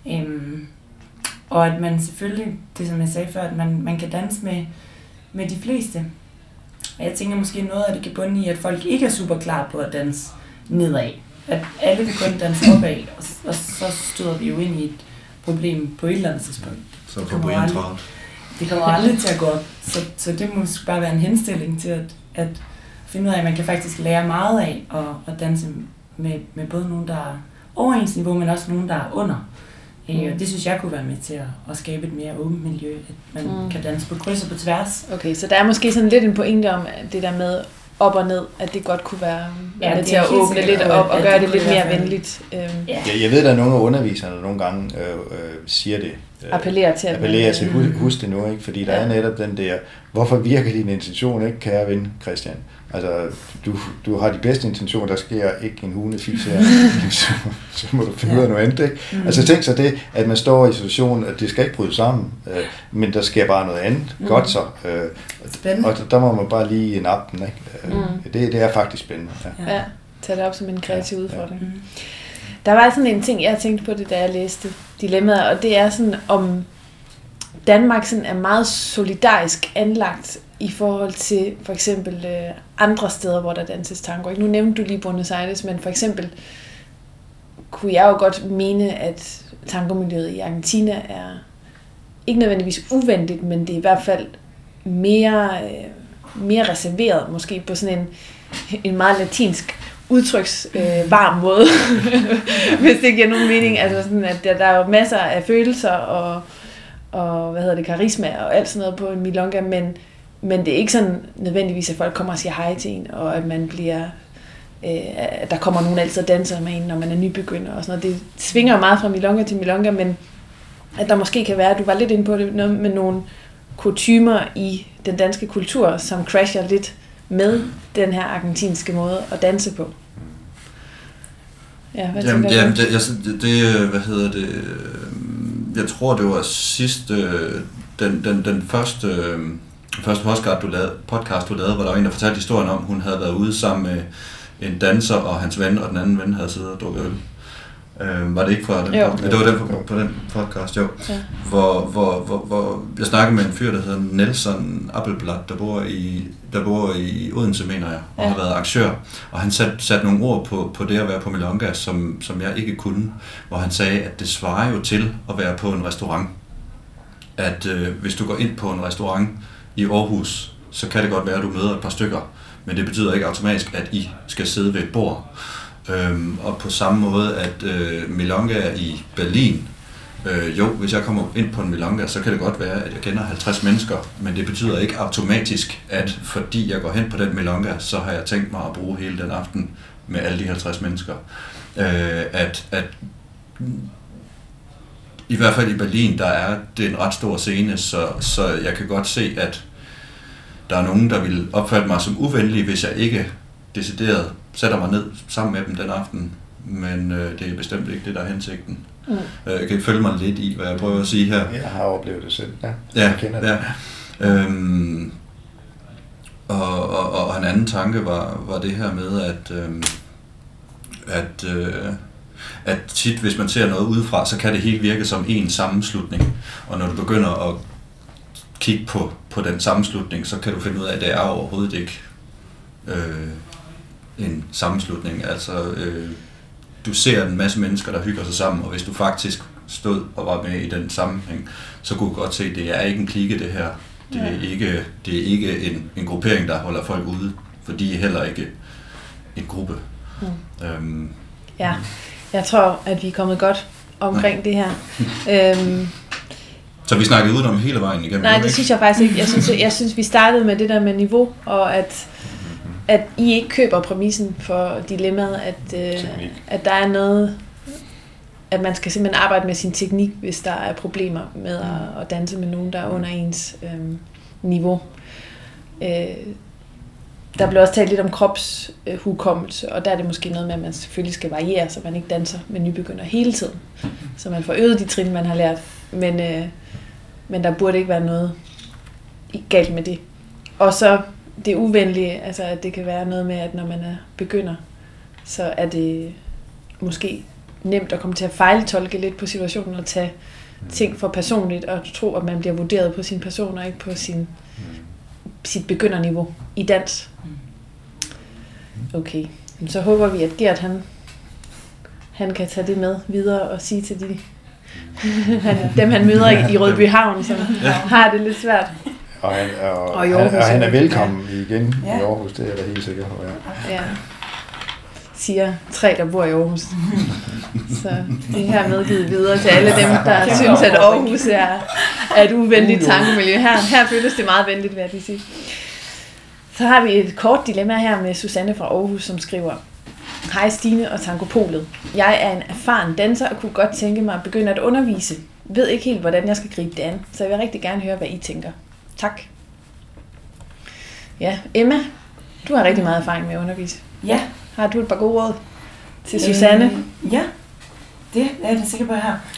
Og at man selvfølgelig, det som jeg sagde før, at man kan danse med de fleste. Og jeg tænker måske noget af det kan bunde i, at folk ikke er super klar på at danse nedad. At alle vil kun danse opad, og så støder vi jo ind i et problem på et eller andet tidspunkt. Så kommer det kommer aldrig til at gå op. Så det må bare være en henstilling til at finde ud af, at man kan faktisk lære meget af at danse med både nogen, der er over ens niveau, men også nogen, der er under. Og det synes jeg kunne være med til at skabe et mere åbent miljø, at man kan danse på kryds og på tværs. Okay, så der er måske sådan lidt en pointe om det der med op og ned, at det godt kunne være med til at åbne lidt op og gøre det lidt mere venligt. Jeg ved, at der er nogle af underviserne, der nogle gange siger det. Appellerer til husk det nu, ikke? Fordi der er netop den der, hvorfor virker din intention ikke, kære ven Christian? Altså, du har de bedste intentioner, der sker ikke en hunefis her, så må du finde ud af noget andet, ikke? Altså tænk så det, at man står i situationen, at det skal ikke bryde sammen, men der sker bare noget andet, godt så. Og der må man bare lige nappe den, ikke? Det er faktisk spændende. Ja, tag det op som en kreativ udfordring. Der var sådan en ting, jeg tænkte på det, da jeg læste Dilemmaet, og det er sådan, om Danmark sådan er meget solidarisk anlagt i forhold til for eksempel andre steder, hvor der danses tango. Nu nævnte du lige Buenos Aires, men for eksempel kunne jeg jo godt mene, at tangomiljøet i Argentina er ikke nødvendigvis uvenligt, men det er i hvert fald mere reserveret, måske på sådan en meget latinsk udtryksvarm måde, hvis det giver nogen mening. Altså sådan, at der er jo masser af følelser og karisma og alt sådan noget på en milonga, men det er ikke sådan nødvendigvis, at folk kommer og siger hej til en, og at man bliver, at der kommer nogen altid og danser med en, når man er nybegynder og sådan noget. Det svinger meget fra milonga til milonga, men at der måske kan være, du var lidt inde på det, noget med nogle kutymer i den danske kultur, som crasher lidt med den her argentinske måde at danse på. Ja, hvad tænker du? Jeg tror, det var sidst, den første podcast, du lavede, hvor der var en, der fortalte historien om, hun havde været ude sammen med en danser og hans ven, og den anden ven havde siddet og drukket øl. Var det ikke fra den podcast? Det var den på den podcast, jo. Ja. Hvor jeg snakkede med en fyr, der hedder Nelson Appelblad, der bor i Odense, mener jeg, og har været arrangør. Og han satte nogle ord på det at være på Milonga, som jeg ikke kunne. Hvor han sagde, at det svarer jo til at være på en restaurant. At hvis du går ind på en restaurant i Aarhus, så kan det godt være, at du møder et par stykker. Men det betyder ikke automatisk, at I skal sidde ved et bord. Og på samme måde, at Milonga i Berlin, hvis jeg kommer ind på en Milonga, så kan det godt være, at jeg kender 50 mennesker, men det betyder ikke automatisk, at fordi jeg går hen på den Milonga, så har jeg tænkt mig at bruge hele den aften med alle de 50 mennesker. At i hvert fald i Berlin, der er det en ret stor scene, så jeg kan godt se, at der er nogen, der vil opfatte mig som uvenlig, hvis jeg ikke decideret sætter mig ned sammen med dem den aften, men det er bestemt ikke det, der er hensigten. Jeg kan følge mig lidt i, hvad jeg prøver at sige her. Jeg har oplevet det selv, ja. Jeg kender det. Ja. Og en anden tanke var det her med, at tit, hvis man ser noget udefra, så kan det helt virke som en sammenslutning. Og når du begynder at kigge på den sammenslutning, så kan du finde ud af, at det er overhovedet ikke en sammenslutning. Altså, du ser en masse mennesker, der hygger sig sammen, og hvis du faktisk stod og var med i den sammenhæng, så kunne du godt se, at det er ikke en klike, det her. Det er ikke en gruppering, der holder folk ude, for de er heller ikke en gruppe. Ja, jeg tror, at vi er kommet godt omkring det her. Så vi snakkede udenom hele vejen igennem? Nej, det synes jeg faktisk ikke. Jeg synes, vi startede med det der med niveau, og at I ikke køber præmissen for dilemmaet, at der er noget, at man skal simpelthen arbejde med sin teknik, hvis der er problemer med at danse med nogen, der er under ens niveau. Der blev også talt lidt om kropshukommelse, og der er det måske noget med, at man selvfølgelig skal variere, så man ikke danser med nybegynder hele tiden. Så man får øget de trin, man har lært. Men der burde ikke være noget galt med det. Og så det uvenlige, altså at det kan være noget med, at når man er begynder, så er det måske nemt at komme til at fejltolke lidt på situationen og tage ting for personligt og tro, at man bliver vurderet på sin person og ikke på sit begynderniveau i dans. Okay, så håber vi, at Gert han kan tage det med videre og sige til dem han møder i Rødby Havn, som har det lidt svært. Og han er velkommen igen i Aarhus, det er jeg da helt sikker på. Ja. Siger 3, der bor i Aarhus. Så det er her medgivet videre til alle dem, der synes, at Aarhus er et uvenligt tankemiljø. Her føles det meget venligt, vil jeg sige. Så har vi et kort dilemma her med Susanne fra Aarhus, som skriver: Hej Stine og Tangopolet. Jeg er en erfaren danser og kunne godt tænke mig at begynde at undervise. Ved ikke helt, hvordan jeg skal gribe det an, så jeg vil rigtig gerne høre, hvad I tænker. Tak. Ja, Emma, du har rigtig meget erfaring med at undervise. Ja. Har du et par gode råd til Susanne? Ja, det er jeg sikker på, jeg har.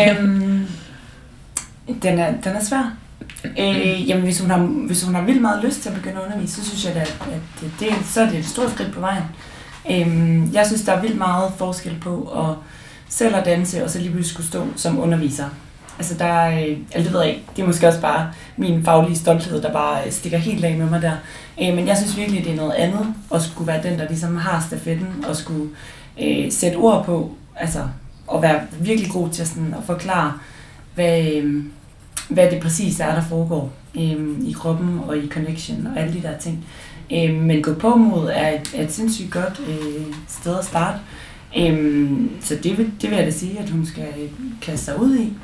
Den er svær. Jamen, hvis hun har vildt meget lyst til at begynde at undervise, så synes jeg, at så er det et stort skridt på vejen. Jeg synes, der er vildt meget forskel på at selv at danse, og så lige pludselig skulle stå som underviser. Altså det ved jeg ikke, det er måske også bare min faglige stolthed, der bare stikker helt af med mig der. Men jeg synes virkelig, det er noget andet, at skulle være den, der ligesom har stafetten, og skulle sætte ord på, altså at være virkelig god til sådan at forklare, hvad det præcis er, der foregår i kroppen og i connection og alle de der ting. Men gå på mod er et sindssygt godt sted at starte. Så det vil jeg da sige, at hun skal kaste sig ud i.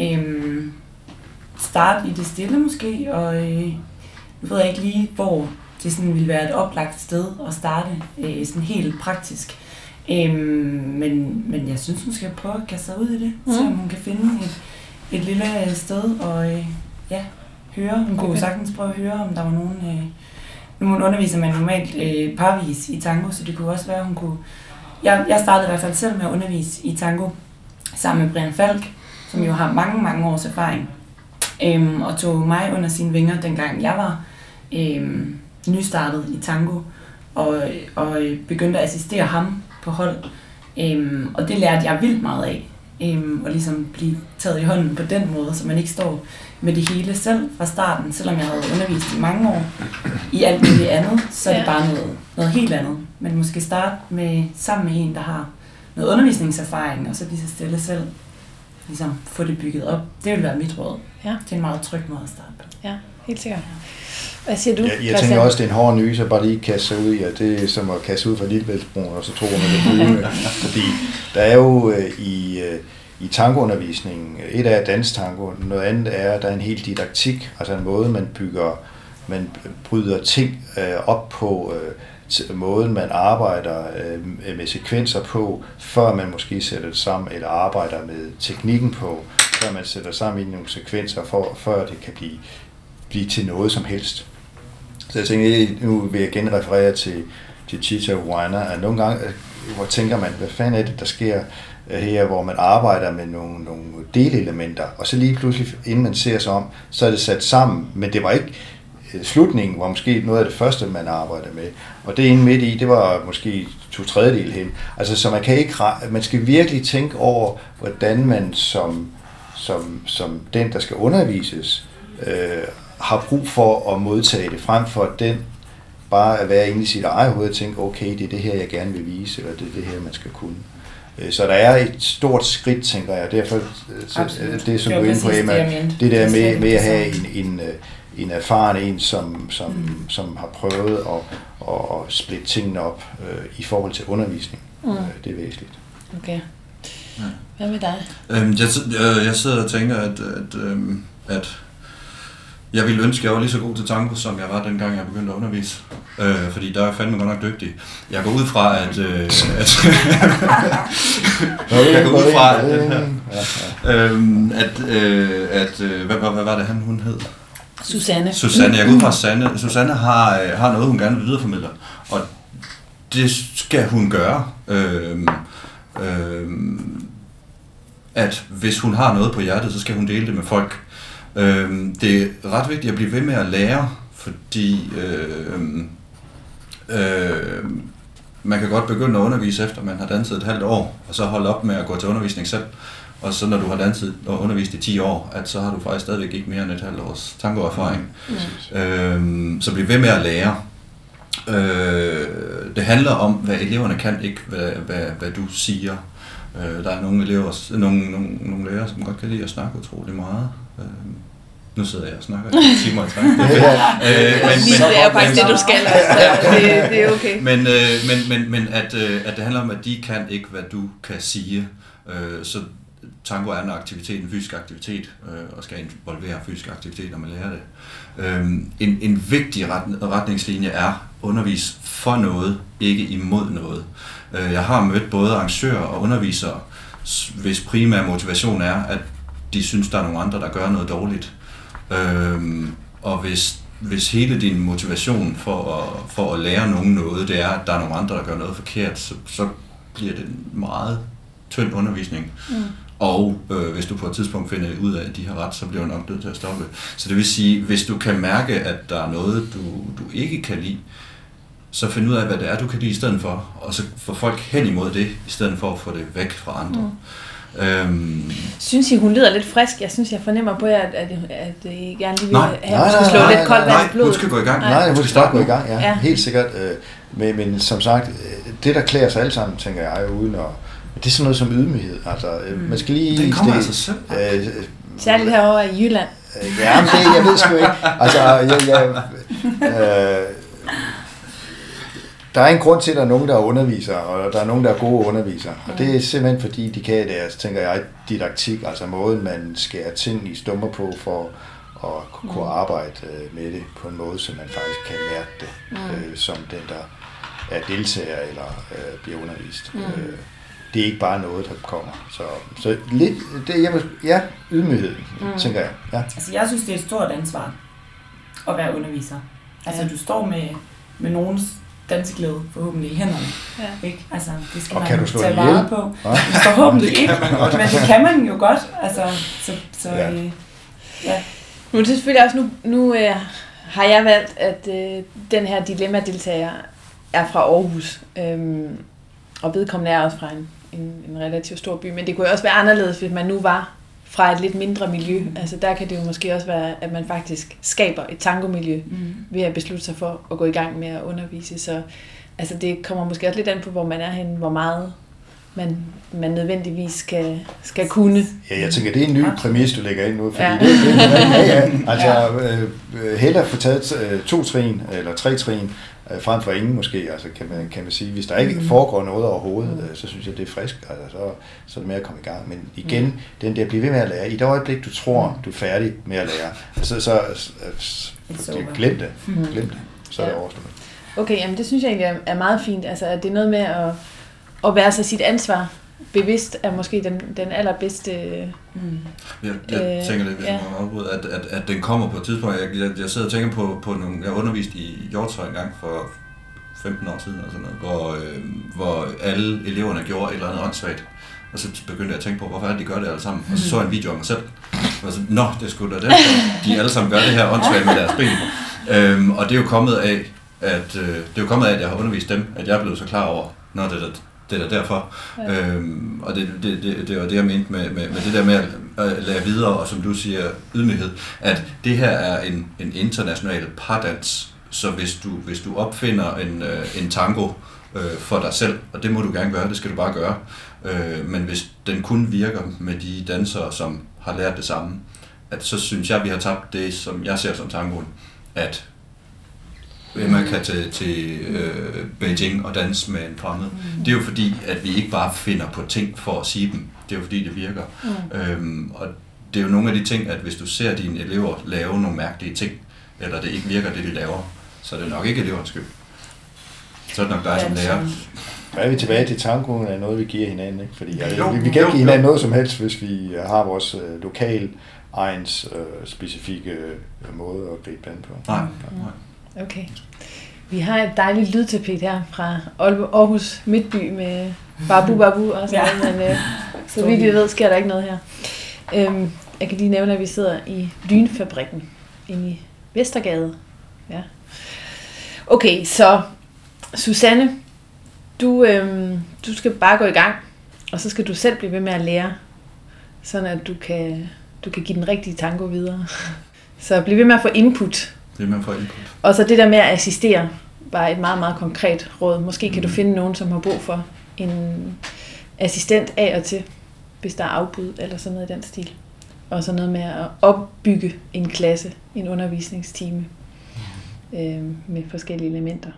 Start i det stille måske, og jeg ved ikke lige, hvor det sådan ville være et oplagt sted at starte sådan helt praktisk. Men jeg synes, hun skal prøve at kaste sig ud i det, så hun kan finde et lille sted og høre. Hun kunne sagtens prøve at høre, om der var nogen... Nu underviser man normalt parvis i tango, så det kunne også være, hun kunne... Jeg startede i hvert fald selv med at undervise i tango sammen med Brian Falk, som jo har mange, mange års erfaring, og tog mig under sine vinger, dengang jeg var nystartet i tango, og begyndte at assistere ham på hold Og det lærte jeg vildt meget af. Og ligesom blive taget i hånden på den måde, så man ikke står med det hele selv fra starten, selvom jeg havde undervist i mange år i alt muligt andet, så er det bare noget helt andet. Men måske starte med sammen med en, der har noget undervisningserfaring, og så lige så stille selv ligesom få det bygget op. Det vil være mit råd. Ja. Det er en meget tryg måde at starte på. Ja, helt sikkert. Hvad siger du? Jeg tænker også, det er en hård nyse at bare lige kaste sig ud i, og det er som at kaste ud fra Lillebæltsbroen, og så tror man det fugle. Fordi der er jo i tangoundervisningen, et er danstango, noget andet er, at der er en hel didaktik, altså en måde, man bryder ting op på, måden man arbejder med sekvenser på, før man måske sætter det sammen, eller arbejder med teknikken på, før man sætter sammen i nogle sekvenser, før det kan blive til noget som helst. Så jeg tænker, nu vil jeg igen referere til Chita Huayna, at nogle gange, hvor tænker man, hvad fanden er det, der sker her, hvor man arbejder med nogle delelementer, og så lige pludselig, inden man ser sig om, så er det sat sammen, men det var ikke slutningen, var måske noget af det første, man arbejdede med, og det inde midt i, det var måske 2/3 hen. Altså, så man skal virkelig tænke over, hvordan man som den, der skal undervises, har brug for at modtage det, frem for den bare at være inde i sit eget hoved og tænke, okay, det er det her, jeg gerne vil vise, eller det er det her, man skal kunne. Så der er et stort skridt, tænker jeg, derfor det som du er inde på, Emma, det der med at have en erfaren en, som har prøvet at splitte tingene op i forhold til undervisning. Det er væsentligt. Okay. Hvad med dig? Jeg sidder og tænker, at jeg ville ønske, at jeg var lige så god til tango, som jeg var dengang, jeg begyndte at undervise. Fordi der er jeg fandme godt nok dygtig. Jeg går ud fra, hvad var det, hun hed? Susanne. Jeg går ud fra, Susanne har noget, hun gerne vil videreformidle. Og det skal hun gøre. At hvis hun har noget på hjertet, så skal hun dele det med folk. Det er ret vigtigt at blive ved med at lære, fordi man kan godt begynde at undervise efter man har danset et halvt år, og så holde op med at gå til undervisning selv. Og så når du har danset og undervist i 10 år, at så har du faktisk stadigvæk ikke mere end et halvt års tangoerfaring. Så bliv ved med at lære. Det handler om, hvad eleverne kan, ikke hvad du siger. Der er nogle elever, nogle lærere, som godt kan lide at snakke utrolig meget. Nu sidder jeg og snakker i timer i træk. Det er faktisk det, du skal. Det er okay. Men at det handler om, at de kan ikke, hvad du kan sige. Så tango er en fysisk aktivitet, og skal involvere fysisk aktivitet, når man lærer det. En vigtig retningslinje er undervis for noget, ikke imod noget. Jeg har mødt både arrangører og undervisere, hvis primære motivation er, at de synes, der er nogle andre, der gør noget dårligt. Og hvis hele din motivation for at lære nogen noget, det er, at der er nogle andre, der gør noget forkert, så bliver det en meget tynd undervisning. Og hvis du på et tidspunkt finder ud af, at de har ret, så bliver du nok nødt til at stoppe. Så det vil sige, hvis du kan mærke, at der er noget, du ikke kan lide, så find ud af, hvad det er, du kan lide i stedet for, og så få folk hen imod det, i stedet for at få det væk fra andre. Synes I, hun lyder lidt frisk? Jeg synes, jeg fornemmer på jer, at I gerne lige vil have, at hun skal slå lidt koldt vand i blodet. Hun skal gå i gang. Nej, hun skal starte gå i gang, ja. Helt sikkert. Men som sagt, det der klæder sig alle sammen, tænker jeg, uden at... Det er sådan noget som ydmyghed. Altså, man skal lige... Den kommer altså selv. Særligt herovre i Jylland. Ja, men det, jeg ved sgu ikke. Altså, der er en grund til, at der er nogen, der er underviser, og der er nogen, der er gode undervisere. Og det er simpelthen fordi, de kan deres, tænker jeg, didaktik, altså måden, man skærer ting i stumper på, for at kunne arbejde med det på en måde, så man faktisk kan lære det, som den, der er deltager eller bliver undervist. Det er ikke bare noget, der kommer. Så lidt, ydmyghed, tænker jeg. Ja. Altså, jeg synes, det er et stort ansvar at være underviser. Altså, du står med nogens danseglæde forhåbentlig i hænderne. Ja. Ikke? Altså, det skal og man kan du slå tage vare på. Ja. Forhåbentlig ikke, men det kan man jo godt. Altså, ja. Nu er det selvfølgelig også, nu har jeg valgt, at den her dilemma-deltager er fra Aarhus, og vedkommende er også fra en relativt stor by, men det kunne jo også være anderledes, hvis man nu var fra et lidt mindre miljø. Altså der kan det jo måske også være, at man faktisk skaber et tangomiljø ved at beslutte sig for at gå i gang med at undervise. Så altså, det kommer måske også lidt an på, hvor man er henne, hvor meget man nødvendigvis skal kunne. Ja, jeg tænker, det er en ny præmis, du lægger ind nu, fordi altså hellere få taget 2 trin eller 3 trin frem for ingen måske, altså kan man sige, hvis der ikke foregår noget overhovedet, så synes jeg, det er frisk, altså så er det med at komme i gang. Men igen, den der bliver ved med at lære. I det øjeblik, du tror, du er færdig med at lære, så glem det. Så er det overstået. Okay, jamen det synes jeg egentlig er meget fint, altså at det er noget med at være sig sit ansvar bevidst er måske den allerbedste... Jeg tænker lidt, at den kommer på et tidspunkt. Jeg sidder og tænker på nogle... Jeg underviste i Hjortshøj en gang for 15 år siden, og sådan noget, hvor alle eleverne gjorde et eller andet åndssvagt. Og så begyndte jeg at tænke på, hvorfor er det, de gør det alle sammen? Og så jeg en video af mig selv. Og så, det er sgu da det, de alle sammen gør det her åndssvagt med deres ben. Og det er jo kommet af, at jeg har undervist dem, at jeg er blevet så klar over, når det er derfor. Og det var det, jeg mente med det der med at lære videre, og som du siger, ydmyghed, at det her er en international pardans. Så hvis du opfinder en tango for dig selv, og det må du gerne gøre, det skal du bare gøre, men hvis den kun virker med de dansere, som har lært det samme, at så synes jeg, vi har tabt det, som jeg ser som tangoen, at man kan til Beijing og danse med en fremmed. Det er jo fordi, at vi ikke bare finder på ting for at sige dem. Det er jo fordi, det virker. Og det er jo nogle af de ting, at hvis du ser dine elever lave nogle mærkelige ting, eller det ikke virker, det de laver, så er det nok ikke elevernes skyld. Så er det nok dig som lærer. Så er vi tilbage til tangoen af noget, vi giver hinanden, ikke? Fordi vi kan ikke give hinanden noget som helst, hvis vi har vores lokal, egns specifikke måde at gribe an på. Nej. Okay. Vi har et dejligt lydtapet her fra Aarhus Midtby med babu og sådan noget, men så vidt vi ved, sker der ikke noget her. Jeg kan lige nævne, at vi sidder i Lynfabrikken inde i Vestergade. Ja. Okay, så Susanne, du skal bare gå i gang, og så skal du selv blive ved med at lære, sådan at du kan give den rigtige tango videre. Så bliv ved med at få input. Og så det der med at assistere, var et meget, meget konkret råd. Måske kan du finde nogen, som har brug for en assistent af og til, hvis der er afbud eller sådan noget i den stil. Og så noget med at opbygge en klasse, en undervisningstime med forskellige elementer.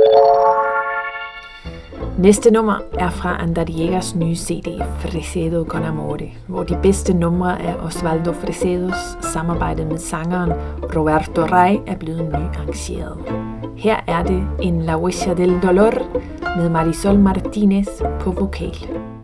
Næste nummer er fra Andariegas nye CD, Fresedo con Amore, hvor de bedste numre af Osvaldo Fresedos samarbejde med sangeren Roberto Rey er blevet nyarrangeret. Her er det en La Huella del Dolor med Marisol Martinez på vokal.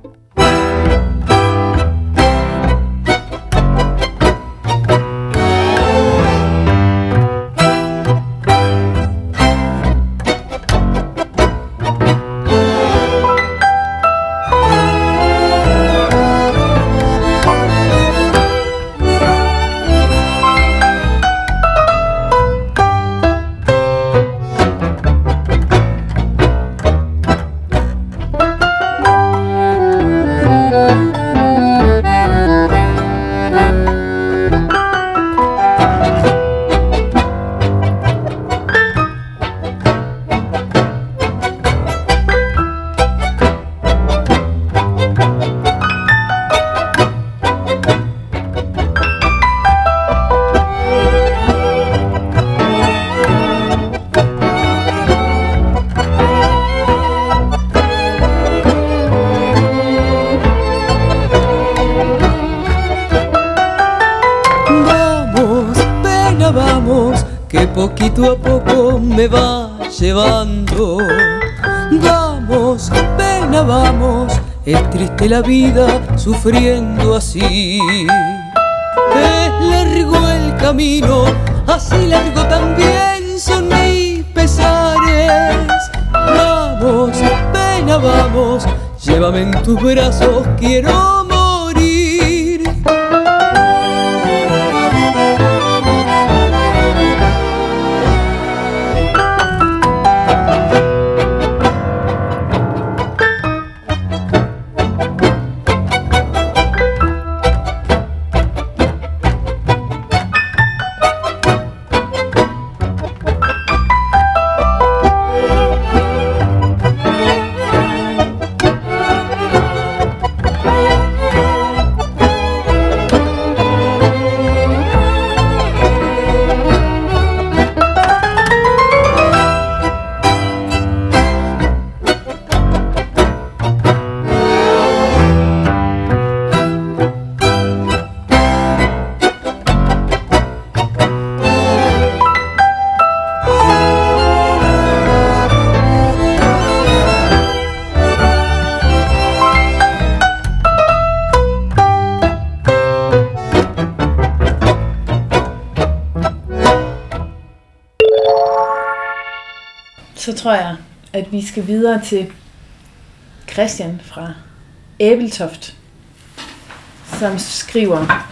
Poquito a poco me va llevando. Vamos, pena, vamos. Es triste la vida sufriendo así. Es largo el camino, así largo también son mis pesares. Vamos, pena, vamos. Llévame en tus brazos, quiero morir. så tror jeg, at vi skal videre til Christian fra Æbeltoft, som skriver,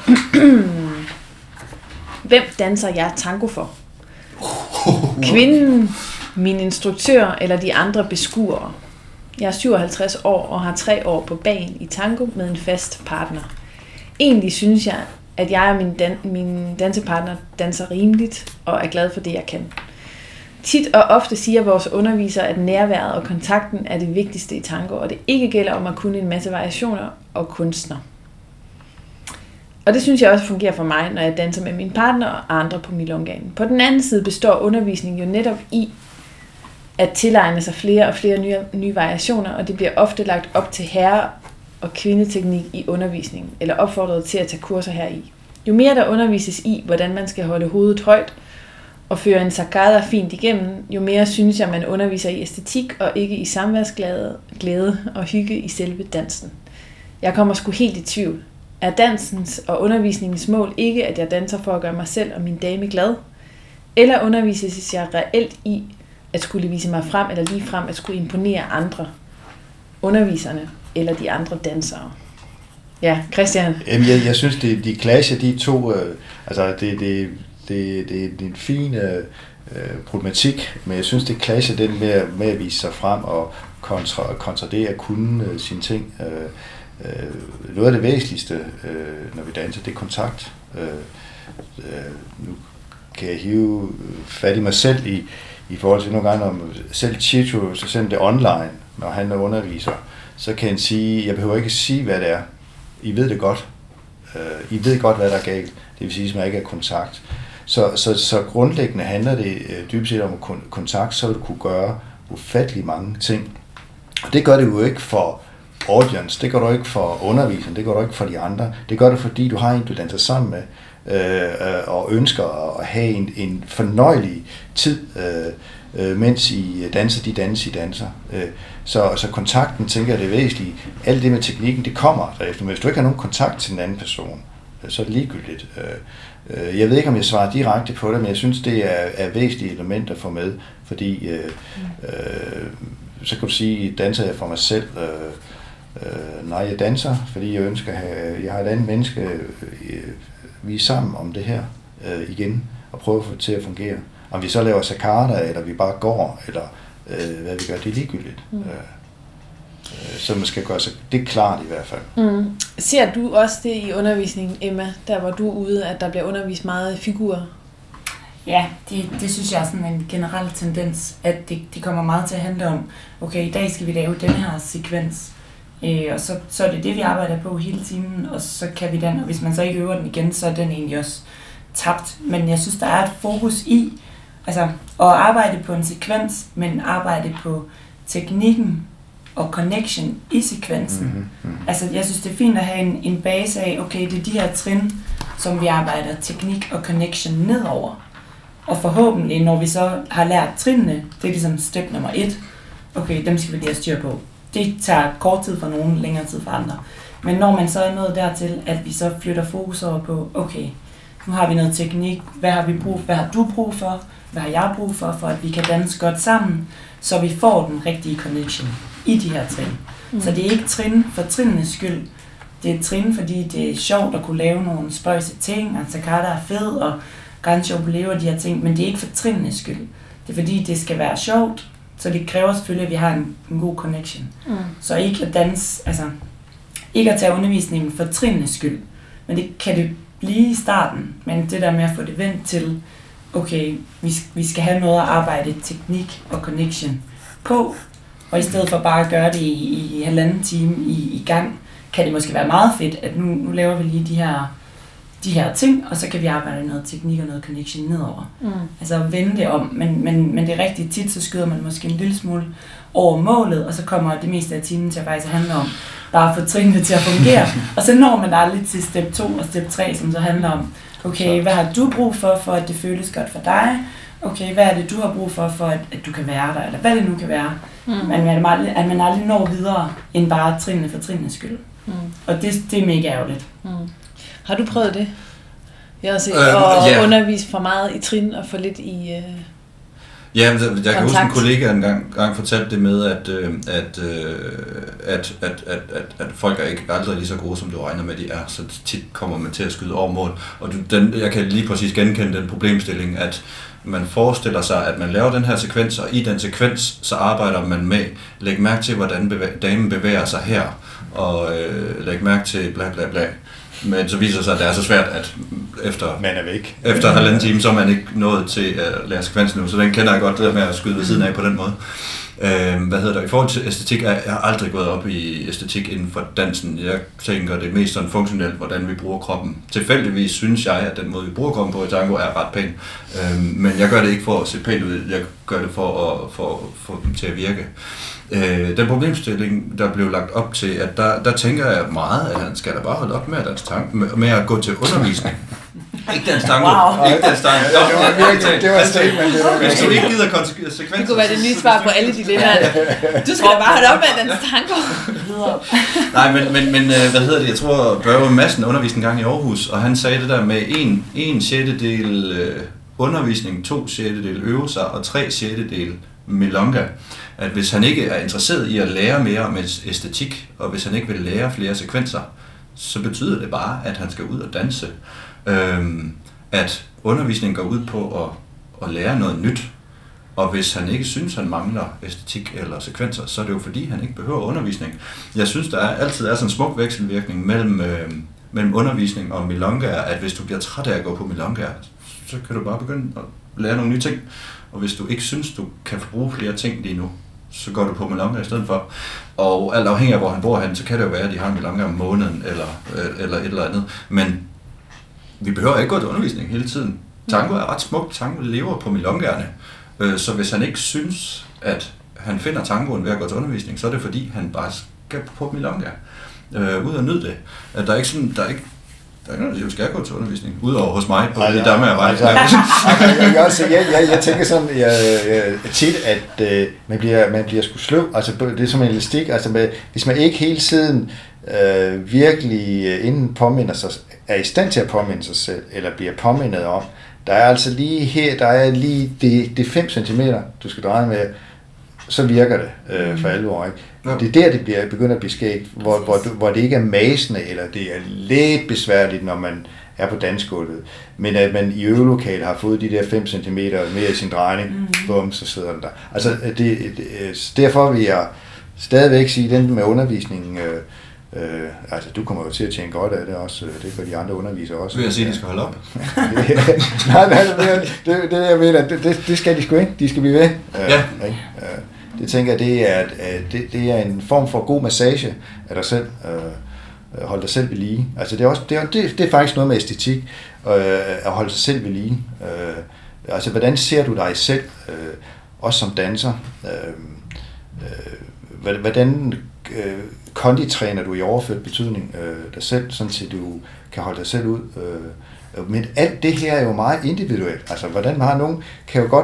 hvem danser jeg tango for? Kvinden, min instruktør eller de andre beskuere? Jeg er 57 år og har 3 år på bagen i tango med en fast partner. Egentlig synes jeg, at jeg og min dansepartner danser rimeligt og er glad for det, jeg kan. Tit og ofte siger vores underviser, at nærværet og kontakten er det vigtigste i tango, og det ikke gælder om at kunne en masse variationer og kunstner. Og det synes jeg også fungerer for mig, når jeg danser med min partner og andre på milongaen. På den anden side består undervisningen jo netop i at tilegne sig flere og flere nye variationer, og det bliver ofte lagt op til herre- og kvindeteknik i undervisningen, eller opfordret til at tage kurser heri. Jo mere der undervises i, hvordan man skal holde hovedet højt og føre en sacada fint igennem, jo mere synes jeg, man underviser i æstetik og ikke i samværsglæde og hygge i selve dansen. Jeg kommer sgu helt i tvivl. Er dansens og undervisningens mål ikke, at jeg danser for at gøre mig selv og min dame glad? Eller undervises jeg reelt i at skulle vise mig frem, eller lige frem at skulle imponere andre underviserne eller de andre dansere? Ja, Christian? Jeg synes, de clasher, de to, det er en fin problematik, men jeg synes, det clasher den med at vise sig frem og kontra det at kunne sine ting. Noget af det væsentligste, når vi danser, det er kontakt. Nu kan jeg hive fat i mig selv i forhold til nogle gange, når selv Chicho, så selvom det er online, når han underviser, så kan han sige, jeg behøver ikke sige, hvad det er. I ved det godt. I ved godt, hvad der er galt. Det vil sige, at man ikke er kontakt. Så grundlæggende handler det dybest set om kontakt, så vil du kunne gøre ufattelig mange ting. Og det gør det jo ikke for audience, det gør du ikke for underviseren, det gør du ikke for de andre. Det gør det, fordi du har en, du danser sammen med, og ønsker at have en fornøjelig tid, mens I danser. Så kontakten, tænker jeg, det er væsentligt. Alt det med teknikken, det kommer derefter. Men hvis du ikke har nogen kontakt til en anden person, så er det ligegyldigt. Jeg ved ikke, om jeg svarer direkte på det, men jeg synes, det er væsentlige elementer at få med, fordi så kan du sige, danser jeg for mig selv. Nej, jeg danser, fordi jeg ønsker jeg har et andet menneske, vi er sammen om det her igen, og prøver at få det til at fungere. Om vi så laver sacada, eller vi bare går, eller hvad vi gør, det er ligegyldigt. Så man skal gøre sig det klart i hvert fald. Ser du også det i undervisningen, Emma, der hvor du er ude, at der bliver undervist meget figurer? Ja, det synes jeg er sådan en generel tendens, at det kommer meget til at handle om, okay, i dag skal vi lave den her sekvens, og så er det vi arbejder på hele timen, og så kan vi den, og hvis man så ikke øver den igen, så er den egentlig også tabt. Men jeg synes, der er et fokus i, altså at arbejde på en sekvens, men arbejde på teknikken og connection i sekvensen. Altså jeg synes, det er fint at have en base af, okay, det er de her trin, som vi arbejder teknik og connection nedover. Og forhåbentlig, når vi så har lært trinene, det er ligesom step nummer 1, okay, dem skal vi lige have styr på. Det tager kort tid for nogen, længere tid for andre. Men når man så er nået dertil, at vi så flytter fokus over på, okay, nu har vi noget teknik, hvad har du brug for, hvad har jeg brug for at vi kan danse godt sammen, så vi får den rigtige connection i de her trin. Så det er ikke trin for trinnenes skyld, det er trin, fordi det er sjovt at kunne lave nogle spøjse ting, og sacada er fed, og Gran Chocolate og de her ting, men det er ikke for trinnenes skyld. Det er fordi, det skal være sjovt, så det kræver selvfølgelig, at vi har en god connection. Så ikke at danse, altså ikke at tage undervisningen for trinnenes skyld, men det kan det blive i starten, men det der med at få det vendt til, okay, vi skal have noget at arbejde teknik og connection på, og i stedet for bare at gøre det i 1,5 time i gang, kan det måske være meget fedt, at nu laver vi lige de her ting, og så kan vi arbejde noget teknik og noget connection nedover. Altså vende det om, men det er rigtig tit, så skyder man måske en lille smule over målet, og så kommer det meste af timen til at faktisk handle om bare at få trinene til at fungere, og så når man aldrig til step 2 og step 3, som så handler om, okay, hvad har du brug for at det føles godt for dig? Okay, hvad er det, du har brug for at du kan være der, eller hvad det nu kan være. Men at man aldrig når videre, end bare trinene for trinnes skyld. Og det er mega ærgerligt. Har du prøvet det? Jeg har set at undervise for meget i trin og for lidt i... Ja, jeg kan huske en kollega engang fortalte det med, at folk er ikke aldrig lige så gode, som du regner med, de er. Så tit kommer man til at skyde over mål. Og jeg kan lige præcis genkende den problemstilling, at man forestiller sig, at man laver den her sekvens, og i den sekvens, så arbejder man med, læg mærke til, hvordan damen bevæger sig her, og læg mærke til bla bla bla. Men så viser sig, at det er så svært, at efter halvanden time, så er man ikke nået til at lære sekvensen nu. Så den kender jeg godt, det der med at skyde ved siden af på den måde. I forhold til æstetik, jeg har aldrig gået op i æstetik inden for dansen. Jeg tænker, det er mest sådan funktionelt, hvordan vi bruger kroppen. Tilfældigvis synes jeg, at den måde, vi bruger kroppen på i tango, er ret pæn. Men jeg gør det ikke for at se pænt ud, jeg gør det for at få dem til at virke. Den problemstilling, der blev lagt op til, at der tænker jeg meget, at han skal da bare holde op med med at gå til undervisning. Ikke dansk tango. Wow. Ikke dansk tango. Det var statement. Hvis du ikke gider konsekvenser. Det kunne være det nye svar på alle dilemmaer. Du skal da bare holde op med dansk tango. Nej, men jeg tror, Børge Madsen underviste en gang i Aarhus, og han sagde det der med 1/6 undervisning, 2/6 øvelser og 3/6 milonga. At hvis han ikke er interesseret i at lære mere om æstetik, og hvis han ikke vil lære flere sekvenser, så betyder det bare, at han skal ud og danse. At undervisningen går ud på at lære noget nyt, og hvis han ikke synes, han mangler æstetik eller sekvenser, så er det jo fordi, han ikke behøver undervisning. Jeg synes, der altid er sådan en smuk vekselvirkning mellem undervisning og milonga, at hvis du bliver træt af at gå på milonga, så kan du bare begynde at lære nogle nye ting. Og hvis du ikke synes, du kan bruge flere ting lige nu, så går du på milonga i stedet for. Og alt afhængig af, hvor han bor hen, så kan det jo være, at de har en milonga om måneden, eller et eller andet. Men vi behøver ikke gå til undervisning hele tiden. Tango er ret smukt. Tango lever på milongaerne. Så hvis han ikke synes, at han finder tangoen ved at gå til undervisning, så er det fordi, han bare skal på milonga. Ud og nyde det. At der er ikke sådan, der er ikke noget, du skal gå til undervisning, udover hos mig på de damer, jeg jeg tænker sådan tit, at man bliver sgu sløv, altså det er som en elastik, altså hvis man ikke hele tiden virkelig inden påminder sig, er i stand til at påminde sig selv, eller bliver påmindet om, der er altså lige her, der er lige det 5 cm, du skal dreje med, så virker det for alvor, ikke? Ja. Det er der, det begynder at blive skægt, hvor det ikke er masende, eller det er lidt besværligt, når man er på dansegulvet, men at man i øvelokalet har fået de der 5 cm mere i sin drejning, bum, så sidder den der. Altså, derfor vil jeg stadigvæk sige, den med undervisningen, altså du kommer jo til at tjene godt af det også, det gør de andre undervisere også. Vil jeg sige, at de skal holde op? nej, det jeg mener, det skal de sgu ikke, de skal blive ved. Det tænker jeg, det er en form for god massage af dig selv, holde dig selv ved lige. Altså det er faktisk noget med æstetik, at holde sig selv ved lige. Altså hvordan ser du dig selv, også som danser? Hvordan konditræner du i overført betydning dig selv, sådan at du kan holde dig selv ud? Men alt det her er jo meget individuelt. Altså hvordan har nogen kan jo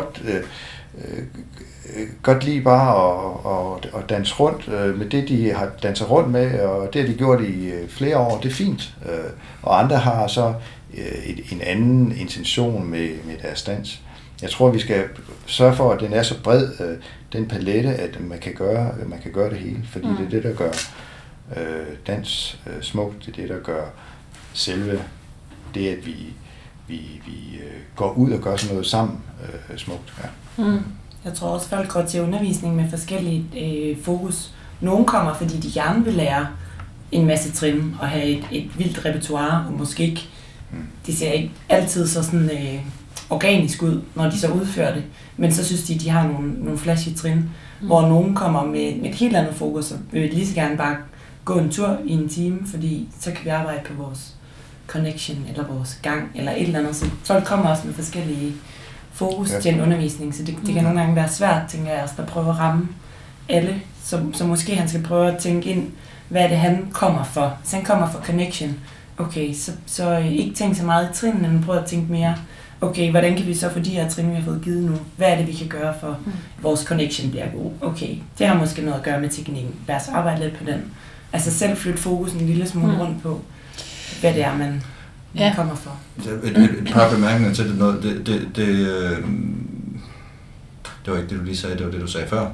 godt lide bare at danse rundt med det, de har danset rundt med, og det har de gjort i flere år, det er fint. Og andre har så en anden intention med deres dans. Jeg tror, vi skal sørge for, at den er så bred, den palette, at man kan gøre det hele, fordi det er det, der gør dans smukt, det er det, der gør selve det, at vi går ud og gør sådan noget sammen smukt. Ja. Jeg tror også, folk går til undervisning med forskellige fokus. Nogle kommer, fordi de gerne vil lære en masse trin og have et vildt repertoire, og måske ikke, de ser ikke altid så sådan organisk ud, når de så udfører det, men så synes de har nogle flashy trin, hvor nogen kommer med et helt andet fokus, og vil lige så gerne bare gå en tur i en time, fordi så kan vi arbejde på vores connection, eller vores gang, eller et eller andet. Så folk kommer også med forskellige fokus til en undervisning, så det kan nogle gange være svært, tænker jeg, at prøve at ramme alle, så måske han skal prøve at tænke ind, hvad er det, han kommer for. Hvis han kommer for connection, okay, så ikke tænke så meget i trinene, men prøve at tænke mere, okay, hvordan kan vi så få de her trin, vi har fået givet nu, hvad er det, vi kan gøre for, vores connection bliver god. Okay, det har måske noget at gøre med teknikken. Lad os arbejde lidt på den. Altså selv flytte fokusen en lille smule rundt på, hvad det er, man kommer for. Et par bemærkninger til det. det var ikke det, du lige sagde, det var det, du sagde før,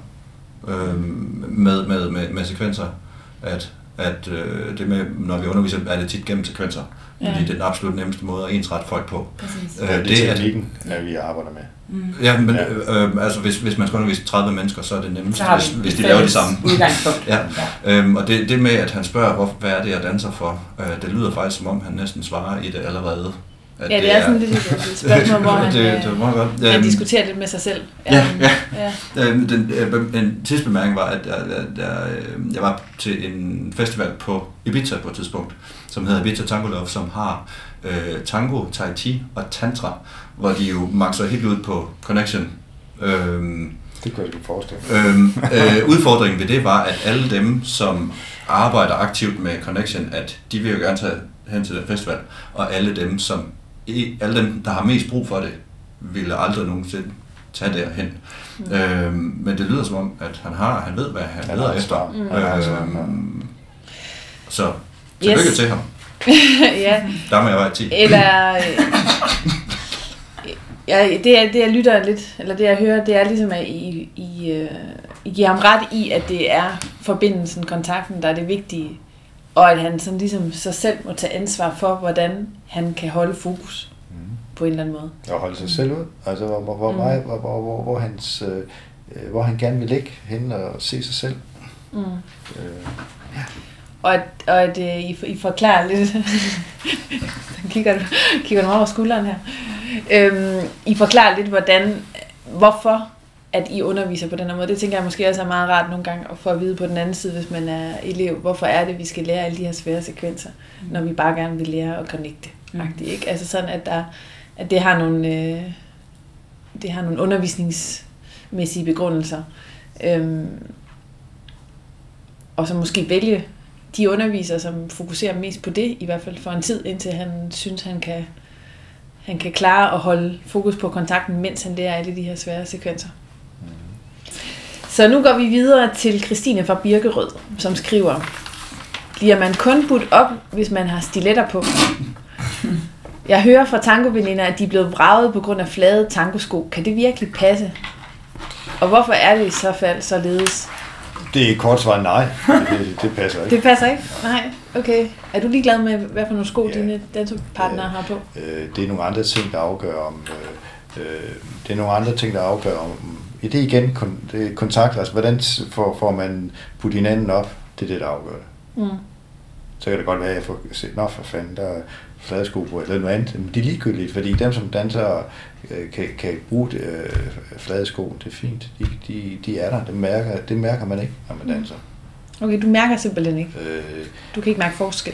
med sekvenser, at det med, når vi underviser, er det tit gennem sekvenser, fordi det er den absolut nemmeste måde at ensrette folk på. Det er teknikken, vi arbejder med. Ja, men altså hvis man skal undervise 30 mennesker, så er det nemmest, hvis de laver det samme. Og det med, at han spørger, hvad er det, jeg danser for, det lyder faktisk, som om han næsten svarer i det allerede. Ja, det er sådan lidt et spørgsmål, hvor han diskuterer lidt med sig selv. En tidsbemærkning var, at jeg var til en festival på Ibiza på et tidspunkt, som hedder Ibiza Tango Love, som har tango, tai chi og tantra, hvor de jo makser helt ud på connection. Det kunne jeg ikke forestille. Udfordringen ved det var, at alle dem, som arbejder aktivt med connection, at de vil jo gerne tage hen til den festival, og alle dem, der har mest brug for det, ville aldrig nogensinde tage derhen. Men det lyder som om, at han ved, hvad han leder efter. Så tillykke til ham. Ja. Der må jeg være 10. Eller det jeg lytter lidt, eller det jeg hører, det er ligesom, at I giver ham ret i, at det er forbindelsen, kontakten, der er det vigtige, og at han sådan ligesom sig selv må tage ansvar for, hvordan han kan holde fokus på en eller anden måde. Og holde sig selv ud, altså hvor han gerne vil ligge hen og se sig selv. Og at I forklarer lidt, kigger du over skulderen her, I forklarer lidt, hvorfor at I underviser på den her måde. Det tænker jeg måske også er meget rart nogle gange at få at vide på den anden side, hvis man er elev. Hvorfor er det, vi skal lære alle de her svære sekvenser, når vi bare gerne vil lære at connecte. Ikke? Altså sådan, at det har nogle undervisningsmæssige begrundelser. Og så måske vælge de undervisere, som fokuserer mest på det, i hvert fald for en tid, indtil han synes, han kan klare at holde fokus på kontakten, mens han lærer alle de her svære sekvenser. Så nu går vi videre til Christine fra Birkerød, som skriver: bliver man kun budt op, hvis man har stiletter på? Jeg hører fra tangoveninder, at de er blevet vraget på grund af flade tangosko. Kan det virkelig passe? Og hvorfor er det i så fald således? Det er kort svar nej. Det passer ikke. Det passer ikke? Nej. Okay. Er du ligeglad med, hvad for nogle sko dine dansepartnere har på? Det er nogle andre ting, der afgør om... Det er igen kontakt. Altså, hvordan får man putt hinanden op? Det er det, der afgør det. Så kan det godt være, at jeg får set, for fanden, der er fladesko på eller noget andet. Men det er ligegyldigt, fordi dem, som danser, kan bruge fladesko. Det er fint. De er der. Det mærker man ikke, når man danser. Okay, du mærker simpelthen ikke? Du kan ikke mærke forskel?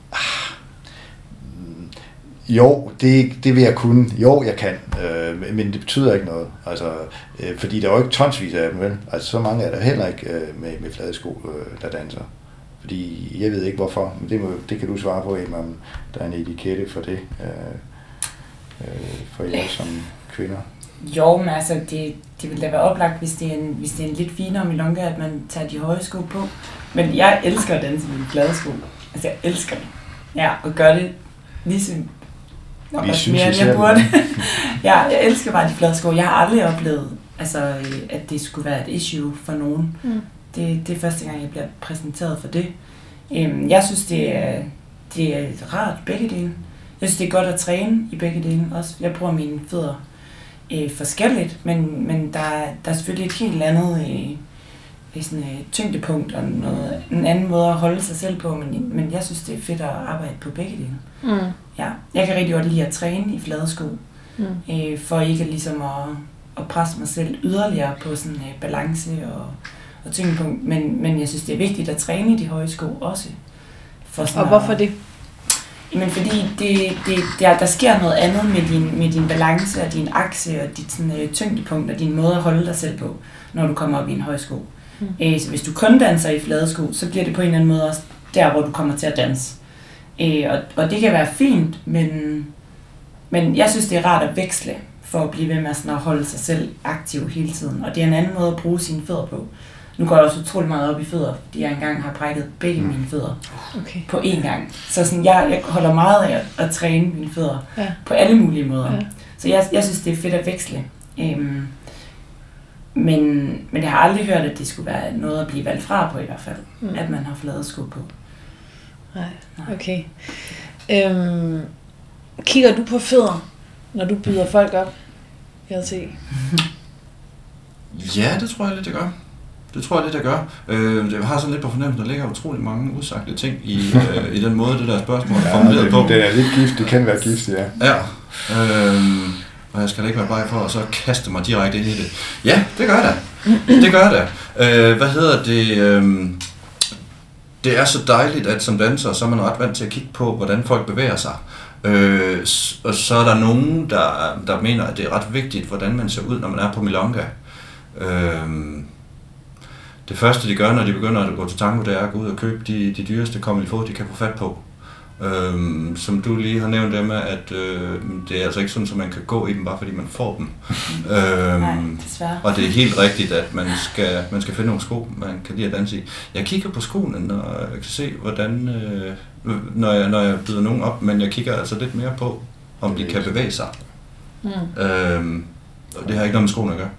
Jo, det vil jeg kunne. Jo, jeg kan. Men det betyder ikke noget. Altså, fordi der er jo ikke tonsvis af dem, vel? Altså, så mange er der heller ikke med fladesko, der danser. Fordi jeg ved ikke hvorfor, men det kan du svare på, om der er en etikette for det, for jer som kvinder. Jo, men altså, det vil da være oplagt, hvis det er en lidt finere milonga, at man tager de høje sko på. Men jeg elsker at danse med de flade sko. Altså, jeg elsker det. Ja, og gør det ligesom mere, end jeg burde. Ja, jeg elsker bare de flade sko. Jeg har aldrig oplevet, altså, at det skulle være et issue for nogen. Det er første gang, jeg bliver præsenteret for det. Jeg synes, det er rart begge dele. Jeg synes, det er godt at træne i begge dele også. Jeg bruger mine fødder forskelligt, men der er selvfølgelig et helt andet tyngdepunkt og en anden måde at holde sig selv på, men jeg synes, det er fedt at arbejde på begge dele. Ja, jeg kan rigtig godt lide at træne i flade sko, for ikke ligesom at presse mig selv yderligere på sådan balance og tyngdepunkt, men jeg synes, det er vigtigt at træne i de høje sko også. Og hvorfor det? Men fordi der sker noget andet med din balance og din akse og dit sådan, tyngdepunkt og din måde at holde dig selv på, når du kommer op i en høj sko. Så hvis du kun danser i flade sko, så bliver det på en eller anden måde også der, hvor du kommer til at danse. Og det kan være fint, men jeg synes, det er rart at veksle for at blive ved med sådan at holde sig selv aktiv hele tiden. Og det er en anden måde at bruge sine fødder på. Nu går jeg også utrolig meget op i fødder, fordi jeg engang har brækket begge mine fødder på én gang. Så sådan, jeg holder meget af at træne mine fødder på alle mulige måder. Så jeg synes, det er fedt at veksle. Men jeg har aldrig hørt, at det skulle være noget at blive valgt fra på i hvert fald, at man har fladesko på. Nej, okay. Kigger du på fødder, når du byder folk op? Ja, det tror jeg lidt, jeg gør. Jeg har sådan lidt på fornemmelsen, der ligger utrolig mange usagte ting i den måde, det der spørgsmål er formuleret på. Det er lidt gift, det kan være gift, ja. Ja, og jeg skal da ikke være bare for at så kaste mig direkte ind i det. Ja, det gør jeg da. Det er så dejligt, at som danser, så er man ret vant til at kigge på, hvordan folk bevæger sig. Og så er der nogen, der mener, at det er ret vigtigt, hvordan man ser ud, når man er på milonga. Det første, de gør, når de begynder at gå til tango, det er at gå ud og købe de dyreste komilfå, de kan få fat på. Som du lige har nævnt det med, at det er altså ikke sådan, at man kan gå i dem, bare fordi man får dem. Nej, desværre. Og det er helt rigtigt, at man skal finde nogle sko, man kan lide at danse i. Jeg kigger på skoene, når jeg kan se, hvordan, når jeg byder nogen op, men jeg kigger altså lidt mere på, om de kan bevæge sig. Og det har ikke noget med skoene at gøre.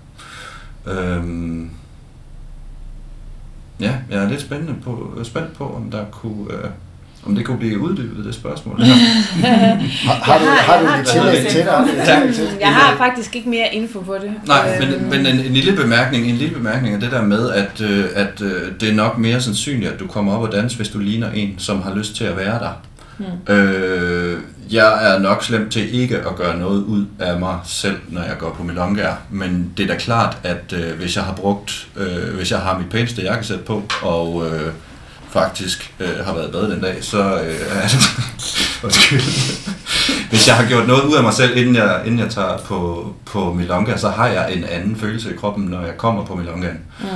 Ja, jeg er lidt spændt på, om det kunne blive uddybet, det spørgsmål. Har du lidt tillæg til det? Jeg har faktisk ikke mere info på det. Nej, men en lille bemærkning er det der med, at det er nok mere sandsynligt, at du kommer op og danser, hvis du ligner en, som har lyst til at være der. Jeg er nok slem til ikke at gøre noget ud af mig selv, når jeg går på milongaer, men det er da klart, at hvis jeg har mit pæneste jakkesæt på, og faktisk har været i bad den dag, så hvis jeg har gjort noget ud af mig selv, inden jeg tager på milonga, så har jeg en anden følelse i kroppen, når jeg kommer på milongaen.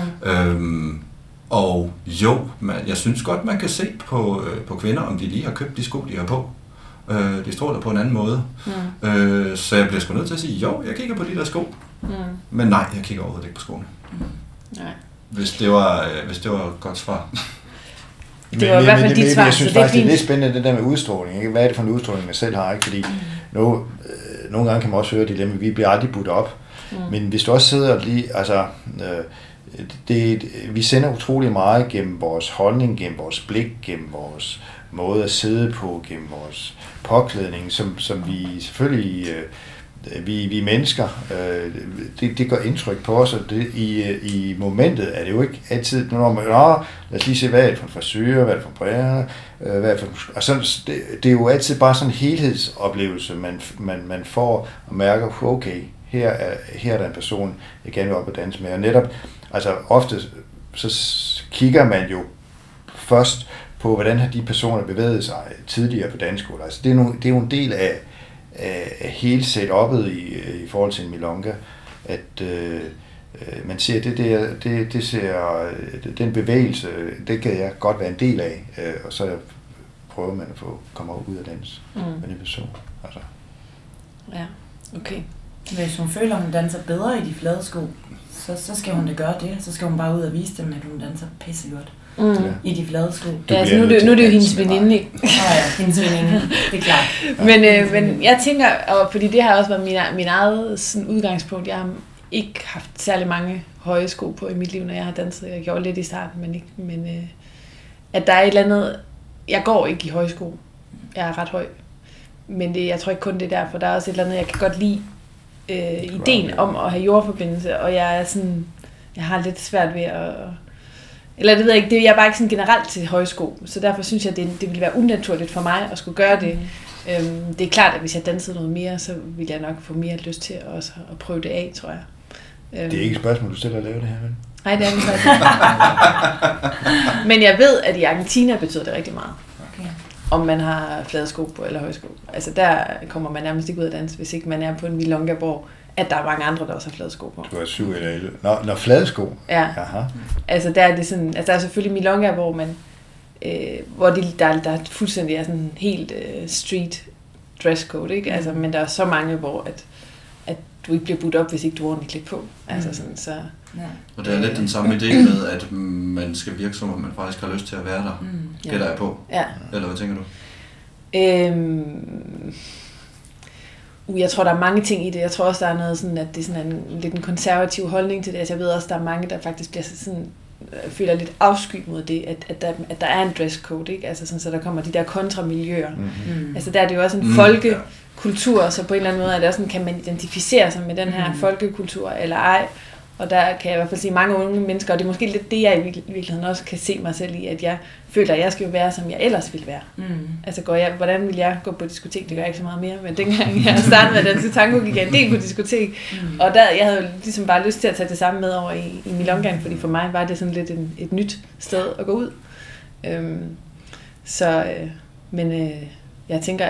Og jo, jeg synes godt, man kan se på kvinder, om de lige har købt de sko, de har på. De stråler på en anden måde. Så jeg bliver sgu nødt til at sige, jo, jeg kigger på de der sko. Men nej, jeg kigger overhovedet ikke på skoene. Nej. Hvis det var et godt svar. Det var i hvert fald dit svar, jeg synes så det er faktisk, fint. det er lidt spændende, det der med udstråling. Ikke? Hvad er det for en udstråling, man selv har? Ikke? Fordi nogle gange kan man også høre det der med, vi bliver aldrig budt op. Men hvis du også sidder lige, altså, vi sender utrolig meget gennem vores holdning, gennem vores blik, gennem vores måde at sidde på, gennem vores påklædning, som vi selvfølgelig, vi mennesker, det gør indtryk på os, og det, i momentet er det jo ikke altid, når man, lad os lige se, hvad er det for en frisør, hvad er det for en brænder, hvad er det for, og sådan, det er jo altid bare sådan en helhedsoplevelse, man får og mærker, okay, her er der en person, jeg gerne vil op og danse med, og netop, altså ofte, så kigger man jo først på, hvordan har de personer bevæget sig tidligere på danseskole. Altså det er jo en del af hele setup'et i forhold til en milonga, at man ser det ser den bevægelse, det kan jeg godt være en del af, og så prøver man at komme ud af dans med den person. Altså. Ja, okay. Hvis hun føler, at hun danser bedre i de flade sko, så skal hun da gøre det. Så skal hun bare ud og vise dem, at hun danser pissegodt i de flade sko. Ja, altså nu er det jo hendes veninde, ikke? Ja, hendes veninde. Det er klart. Men jeg tænker, og fordi det har også været min eget sådan, udgangspunkt, jeg har ikke haft særlig mange høje sko på i mit liv, når jeg har danset. Jeg gjorde lidt i starten, men ikke. Men at der er et eller andet. Jeg går ikke i høje sko. Jeg er ret høj. Men jeg tror ikke kun det er derfor. Der er også et eller andet, jeg kan godt lide ideen om at have jordforbindelse, og jeg er sådan, jeg har lidt svært ved at, eller det ved jeg ikke, jeg er bare ikke sådan generelt til højsko, så derfor synes jeg, det ville være unaturligt for mig at skulle gøre det. Det er klart, at hvis jeg dansede noget mere, så ville jeg nok få mere lyst til også at prøve det af, tror jeg. Det er ikke et spørgsmål, du selv at lave det her, vel? Nej, det er det faktisk. Men jeg ved, at i Argentina betyder det rigtig meget. Okay. Om man har flade sko på eller høje sko. Altså der kommer man nærmest ikke ud at danse, hvis ikke man er på en milonga, hvor at der er mange andre, der også har flade sko på. Du har 7 eller 11. Nå, flade sko? Ja. Aha. Altså der er det sådan, altså der er selvfølgelig milonga, hvor man, hvor der fuldstændig er sådan helt street dresscode, ikke? Altså, men der er så mange, hvor at du ikke bliver budt op, hvis ikke du er ordentligt klædt på. Altså sådan, så. Ja. Og det er lidt den samme idé med, at man skal virke som om man faktisk har lyst til at være der. Gætter jeg på? Ja. Eller hvad tænker du? Jeg tror, der er mange ting i det. Jeg tror også, der er noget sådan, at det er sådan lidt en konservativ holdning til det. Altså, jeg ved også, der er mange, der faktisk bliver sådan, føler lidt afsky mod det, at der er en dresscode, ikke? Altså sådan, så der kommer de der kontramiljøer. Mm-hmm. Altså der er det jo også en folkekultur, så på en eller anden måde er det også sådan, kan man identificere sig med den her folkekultur eller ej. Og der kan jeg i hvert fald sige mange unge mennesker, og det er måske lidt det, jeg i virkeligheden også kan se mig selv i, at jeg føler, at jeg skal jo være, som jeg ellers ville være. Mm. Altså, hvordan vil jeg gå på diskotek? Det gør jeg ikke så meget mere, men dengang jeg startede med danse tango, gik jeg en del på diskotek. Mm. Og der, jeg havde jo ligesom bare lyst til at tage det samme med over i Milongaen, fordi for mig var det sådan lidt et nyt sted at gå ud. Men jeg tænker,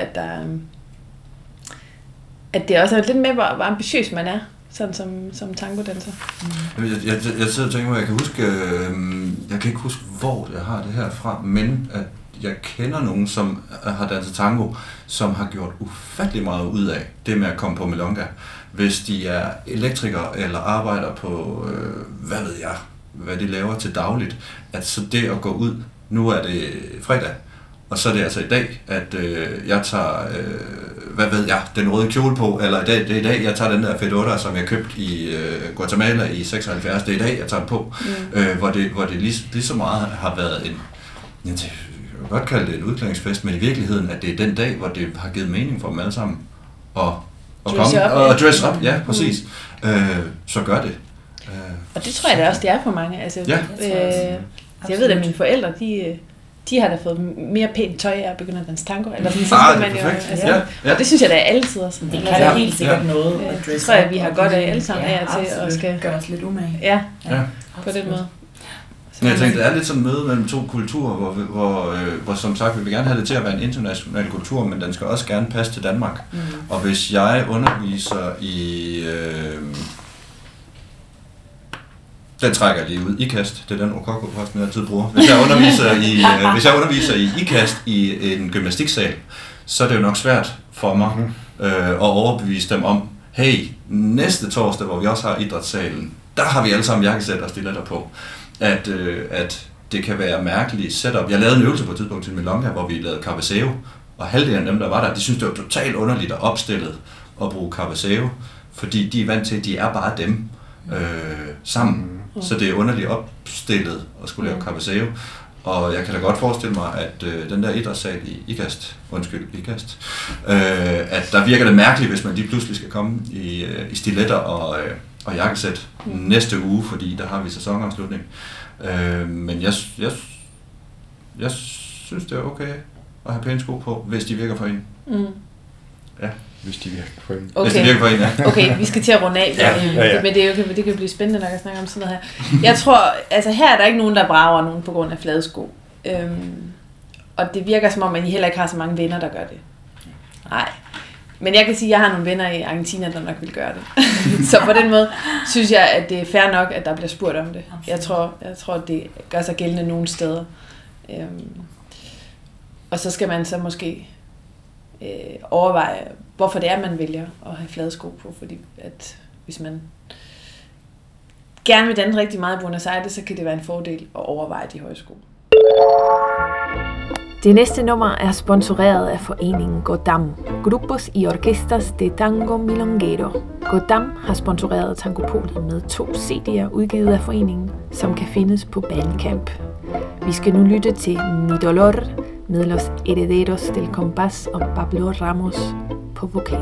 at det også er lidt med, hvor ambitiøs man er. Sådan som tangodanser. Jeg sidder og tænker mig, jeg kan ikke huske, hvor jeg har det her fra, men at jeg kender nogen, som har danset tango, som har gjort ufattelig meget ud af det med at komme på milonga. Hvis de er elektrikere eller arbejder på, hvad ved jeg, hvad de laver til dagligt, at så det at gå ud, nu er det fredag, og så er det altså i dag, at jeg tager, hvad ved jeg, den røde kjole på, eller det er i dag, jeg tager den der fedora, som jeg købte i Guatemala i 76, det er i dag, jeg tager den på, hvor det lige så meget har været jeg kan godt kalde det en udklædningsfest, men i virkeligheden, at det er den dag, hvor det har givet mening for dem alle sammen, og dress up, ja, præcis, så gør det. Og det tror jeg da også, det er for mange. Altså, ja. Jeg ved, at mine forældre, de har da fået mere pænt tøj af at begynde at danse tango. Eller sådan, så skal man jo, altså, ja. Og det synes jeg da er altid. Sådan, det kan da helt sikkert noget. Det tror jeg, vi har godt af alle sammen af til at skal gøre os lidt umage. Ja, på den måde. Men jeg tænkte, det er lidt sådan en møde mellem to kulturer, hvor som sagt, vi vil gerne have det til at være en international kultur, men den skal også gerne passe til Danmark. Mm. Og hvis jeg underviser i... den trækker jeg lige ud. IKAST, det er den Rokoko-posten, jeg altid bruger. Hvis jeg underviser i IKAST i en gymnastiksal, så er det jo nok svært for mig at overbevise dem om, hey, næste torsdag, hvor vi også har idrætssalen, der har vi alle sammen jakkesæt og stiletter på. At det kan være mærkeligt setup. Jeg lavede en øvelse på et tidspunkt til Milonga, hvor vi lavede cabeceo, og halvdelen af dem, der var der, de synes det var totalt underligt at opstillet at bruge cabeceo, fordi de er vant til, at de er bare dem sammen. Så det er underligt opstillet at skulle lave cabeceo. Og jeg kan da godt forestille mig, at den der idrætssal i IKAST, at der virker det mærkeligt, hvis man lige pludselig skal komme i stiletter og jakkesæt næste uge, fordi der har vi sæsonafslutning. Men jeg synes, det er okay at have pæne sko på, hvis de virker for en. Mm. Ja. Hvis de virker for en. Okay. Hvis de virker for en, ja. Okay, vi skal til at runde af. Ja. Men det kan blive spændende nok at snakke om sådan noget her. Jeg tror, altså her er der ikke nogen, der brager nogen på grund af flade sko. Og det virker som om, at I heller ikke har så mange venner, der gør det. Nej. Men jeg kan sige, at jeg har nogle venner i Argentina, der nok vil gøre det. Så på den måde synes jeg, at det er fair nok, at der bliver spurgt om det. Jeg tror, det gør sig gældende nogle steder. Og så skal man så måske overveje, hvorfor det er, man vælger at have flade sko på. Fordi at hvis man gerne vil danse rigtig meget i Buenos Aires, så kan det være en fordel at overveje de høje sko. Det næste nummer er sponsoreret af foreningen Godam, Grupos y Orquestas de Tango Milonguero. Godam har sponsoreret Tangopolet med 2 CD'er udgivet af foreningen, som kan findes på Bandcamp. Vi skal nu lytte til Mi Dolor med Los Herederos del Compás og Pablo Ramos på vokal.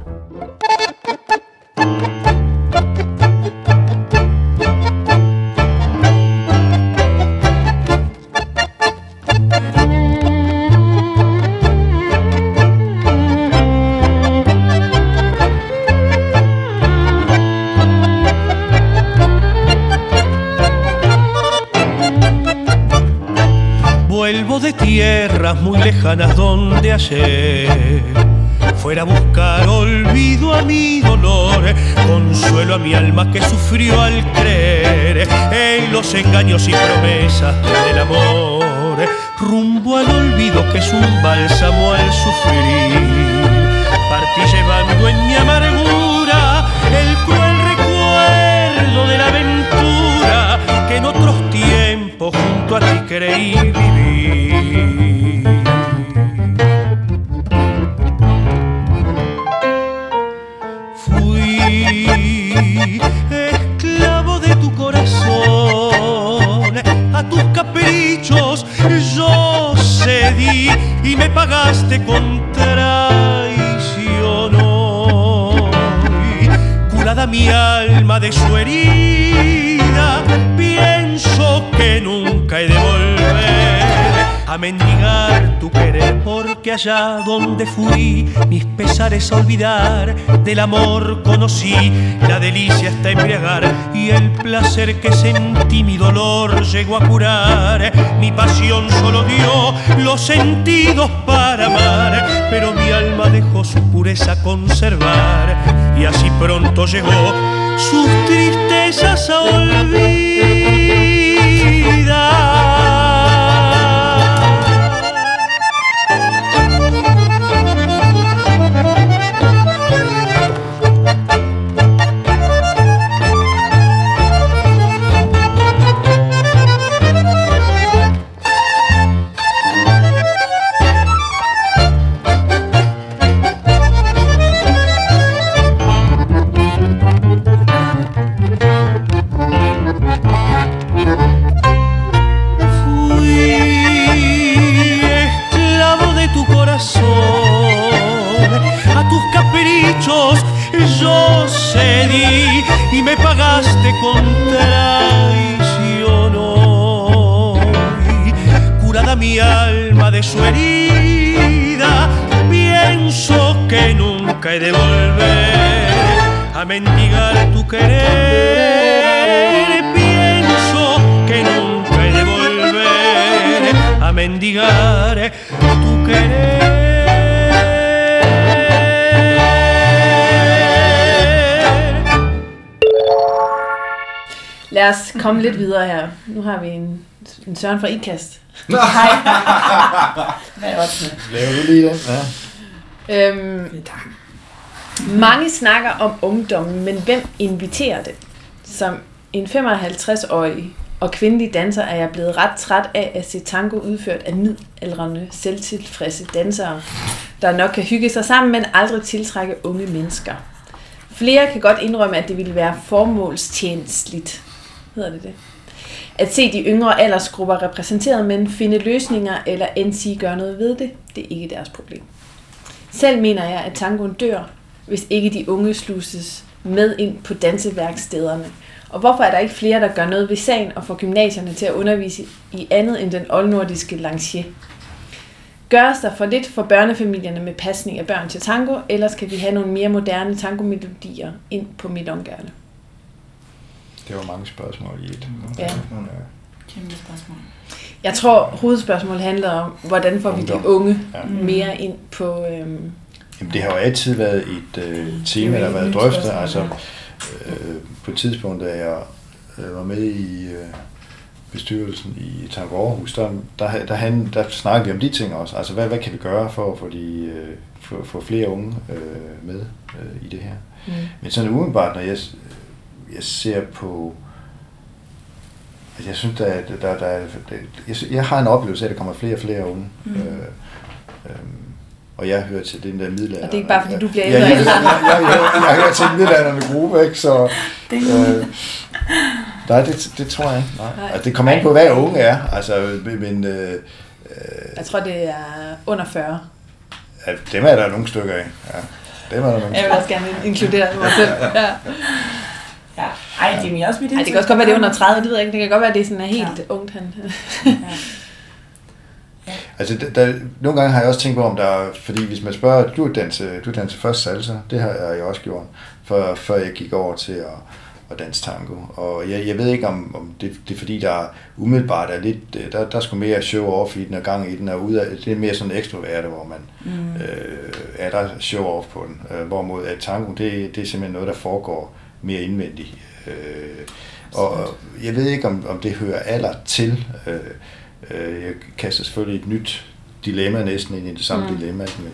Vuelvo de tierras muy lejanas donde ayer fuera a buscar olvido a mi dolor, consuelo a mi alma que sufrió al creer en los engaños y promesas del amor, rumbo al olvido que es un bálsamo al sufrir. Partí llevando en mi amargura el cruel recuerdo de la aventura que en otros tiempos junto a ti creí vivir. a mendigar tu querer, porque allá donde fui mis pesares a olvidar, del amor conocí la delicia hasta embriagar, y el placer que sentí mi dolor llegó a curar. Mi pasión solo dio los sentidos para amar, pero mi alma dejó su pureza conservar, y así pronto llegó sus tristezas a olvidar. Yo cedí y me pagaste con traición hoy. Curada mi alma de su herida, pienso que nunca he de volver a mendigar tu querer. Pienso que nunca he de volver a mendigar tu querer. Lad os komme lidt videre her. Nu har vi en Søren fra IKAST. Hej. Hvad er også med? Laver du lige den? Ja. Mange snakker om ungdommen, men hvem inviterer det? Som en 55-årig og kvindelig danser er jeg blevet ret træt af at se tango udført af midaldrende, selvtilfredse dansere, der nok kan hygge sig sammen, men aldrig tiltrække unge mennesker. Flere kan godt indrømme, at det ville være formålstjenestligt, hedder det, at se de yngre aldersgrupper repræsenteret, men finde løsninger eller end sige gøre noget ved det, det er ikke deres problem. Selv mener jeg, at tangoen dør, hvis ikke de unge sluses med ind på danseværkstederne. Og hvorfor er der ikke flere, der gør noget ved sagen og får gymnasierne til at undervise i andet end den oldnordiske lancier? Gøres der for lidt for børnefamilierne med pasning af børn til tango, eller skal vi have nogle mere moderne tangomelodier ind på milongerne? Det var mange spørgsmål i et. Ja. Kæmpe spørgsmål. Jeg tror, hovedspørgsmålet handler om, hvordan får vi de unge mere ind på... Jamen, det har jo altid været et tema, der har været drøftet. Altså, på et tidspunkt, da jeg var med i bestyrelsen i Tango Aarhus, der snakkede vi om de ting også. Altså, hvad kan vi gøre for at få flere unge med i det her? Men sådan umiddelbart, når jeg ser på... Altså, jeg synes, jeg har en oplevelse af, at der kommer flere og flere unge. Og jeg hører til den der middelalder. Og det er ikke bare, fordi du bliver ældre. Jeg hører til den middelalderne gruppe, ikke? Så... nej, det tror jeg ikke. Nej. Altså, det kommer an på, hvad unge er. Altså, men... jeg tror, det er under 40. Ja, dem er der nogle stykker af. Ja, dem er der nogle. Jeg vil også gerne inkludere mig selv. Ja. Ja. Ej, det er også mit indtryk. Det kan også godt være, det er under 30, det ved jeg ikke. Det kan godt være, det er sådan helt ungt. Altså, nogle gange har jeg også tænkt på, om der, fordi hvis man spørger, du danser først salsa, det har jeg også gjort, før jeg gik over til at danse tango. Og jeg ved ikke, om det er fordi, der umiddelbart er lidt, der er sgu mere show-off i den og gang i den, og det er mere sådan en ekstroverte, hvor man er der show-off på den. Hvorimod at tango, det er simpelthen noget, der foregår mere indvendigt. Og jeg ved ikke, om det hører alder til. Jeg kaster selvfølgelig et nyt dilemma næsten ind i det samme dilemma, men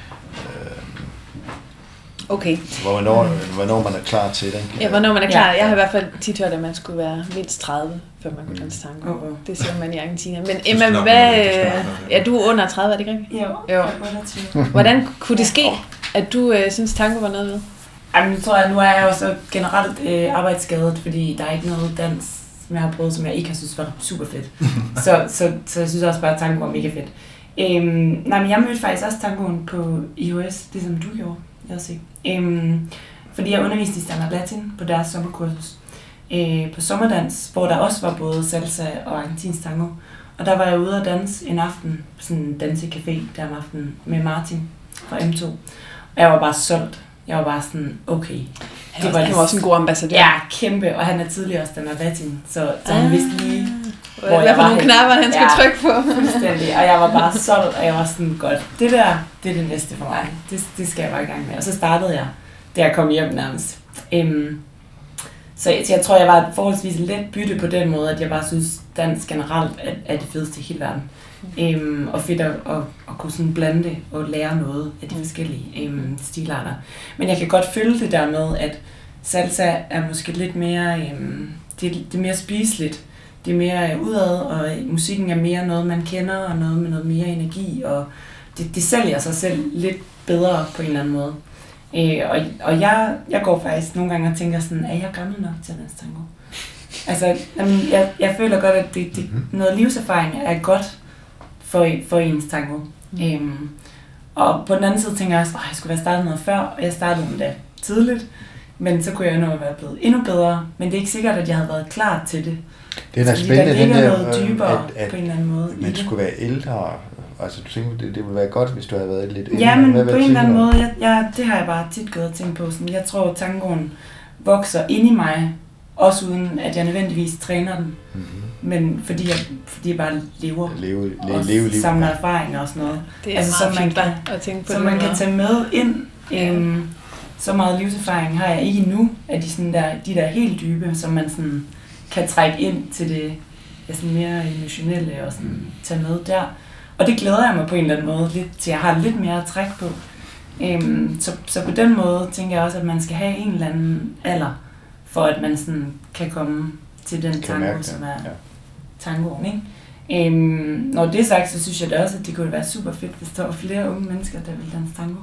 okay. Hvornår man er klar til det. Ikke? Ja, hvornår man er klar. Jeg har i hvert fald tit hørt, at man skulle være mindst 30, før man kunne danse tango. Det siger man i Argentina. Men Emma, du er under 30, er det ikke rigtigt? Jo. Hvordan kunne det ske, at du synes tango var noget ved? Jamen, tror jeg, nu er jeg jo så generelt arbejdsskadet, fordi der er ikke noget dans, som jeg har prøvet, som jeg ikke har synes var super fedt. så jeg synes også bare, at tango var mega fedt. Nej, men jeg mødte faktisk også tangoen på IHS, det som du gjorde, Jessica. Fordi jeg underviste i Standard Latin på deres sommerkursus på sommerdans, hvor der også var både salsa og argentinsk tango. Og der var jeg ude at danse en aften, sådan en dansecafé der om aftenen med Martin fra M2. Og jeg var bare solgt. Jeg var bare sådan, okay. Han var også en god ambassadør. Ja, kæmpe. Og han er tidligere også den Vatin, så han vidste lige, hvor jeg var. Nogle knapper, han skulle trykke på. Fuldstændig. Og jeg var bare solgt, og jeg var sådan, godt, det der, det er det næste for mig. Det skal jeg bare i gang med. Og så startede jeg, da jeg kom hjem nærmest. Så jeg tror, jeg var forholdsvis let bytte på den måde, at jeg bare synes, dans generelt er det fedeste i hele verden. Og fedt at kunne sådan blande det og lære noget af de forskellige stilarter. Men jeg kan godt følge det der med, at salsa er måske lidt mere, det er mere spiseligt. Det er mere udad, og musikken er mere noget, man kender, og noget med noget mere energi, og det sælger sig selv lidt bedre på en eller anden måde. Og jeg går faktisk nogle gange og tænker sådan, er jeg gammel nok til at danse tango? Altså, jeg føler godt, at noget livserfaring er godt for ens tango. Og på den anden side tænker jeg også, at jeg skulle være startet noget før, og jeg startede med det tidligt, men så kunne jeg nå at være blevet endnu bedre, men det er ikke sikkert, at jeg havde været klar til det. Det er da spændende, den der, noget dybere at på en eller anden måde. Man skulle være ældre. Altså, du tænker, det ville være godt, hvis du havde været lidt ældre. Ja, men på en eller anden måde, det har jeg bare tit gået og tænkt på. Sådan, jeg tror, at tangoen vokser ind i mig, også uden at jeg nødvendigvis træner den. Men fordi jeg bare lever og samler erfaringer og sådan noget. Det er altså, meget fint at tænke på. Så man kan tage med ind. Så meget livserfaring har jeg ikke endnu, af de der helt dybe, som man sådan kan trække ind til det sådan mere emotionelle og sådan tage med der. Og det glæder jeg mig på en eller anden måde lidt til. Jeg har lidt mere at trække på. Så på den måde tænker jeg også, at man skal have en eller anden alder, for at man sådan kan komme til den tango, som er tangoen, ikke? Når det er sagt, så synes jeg da også, at det kunne være super fedt, hvis der var flere unge mennesker, der vil danse tango.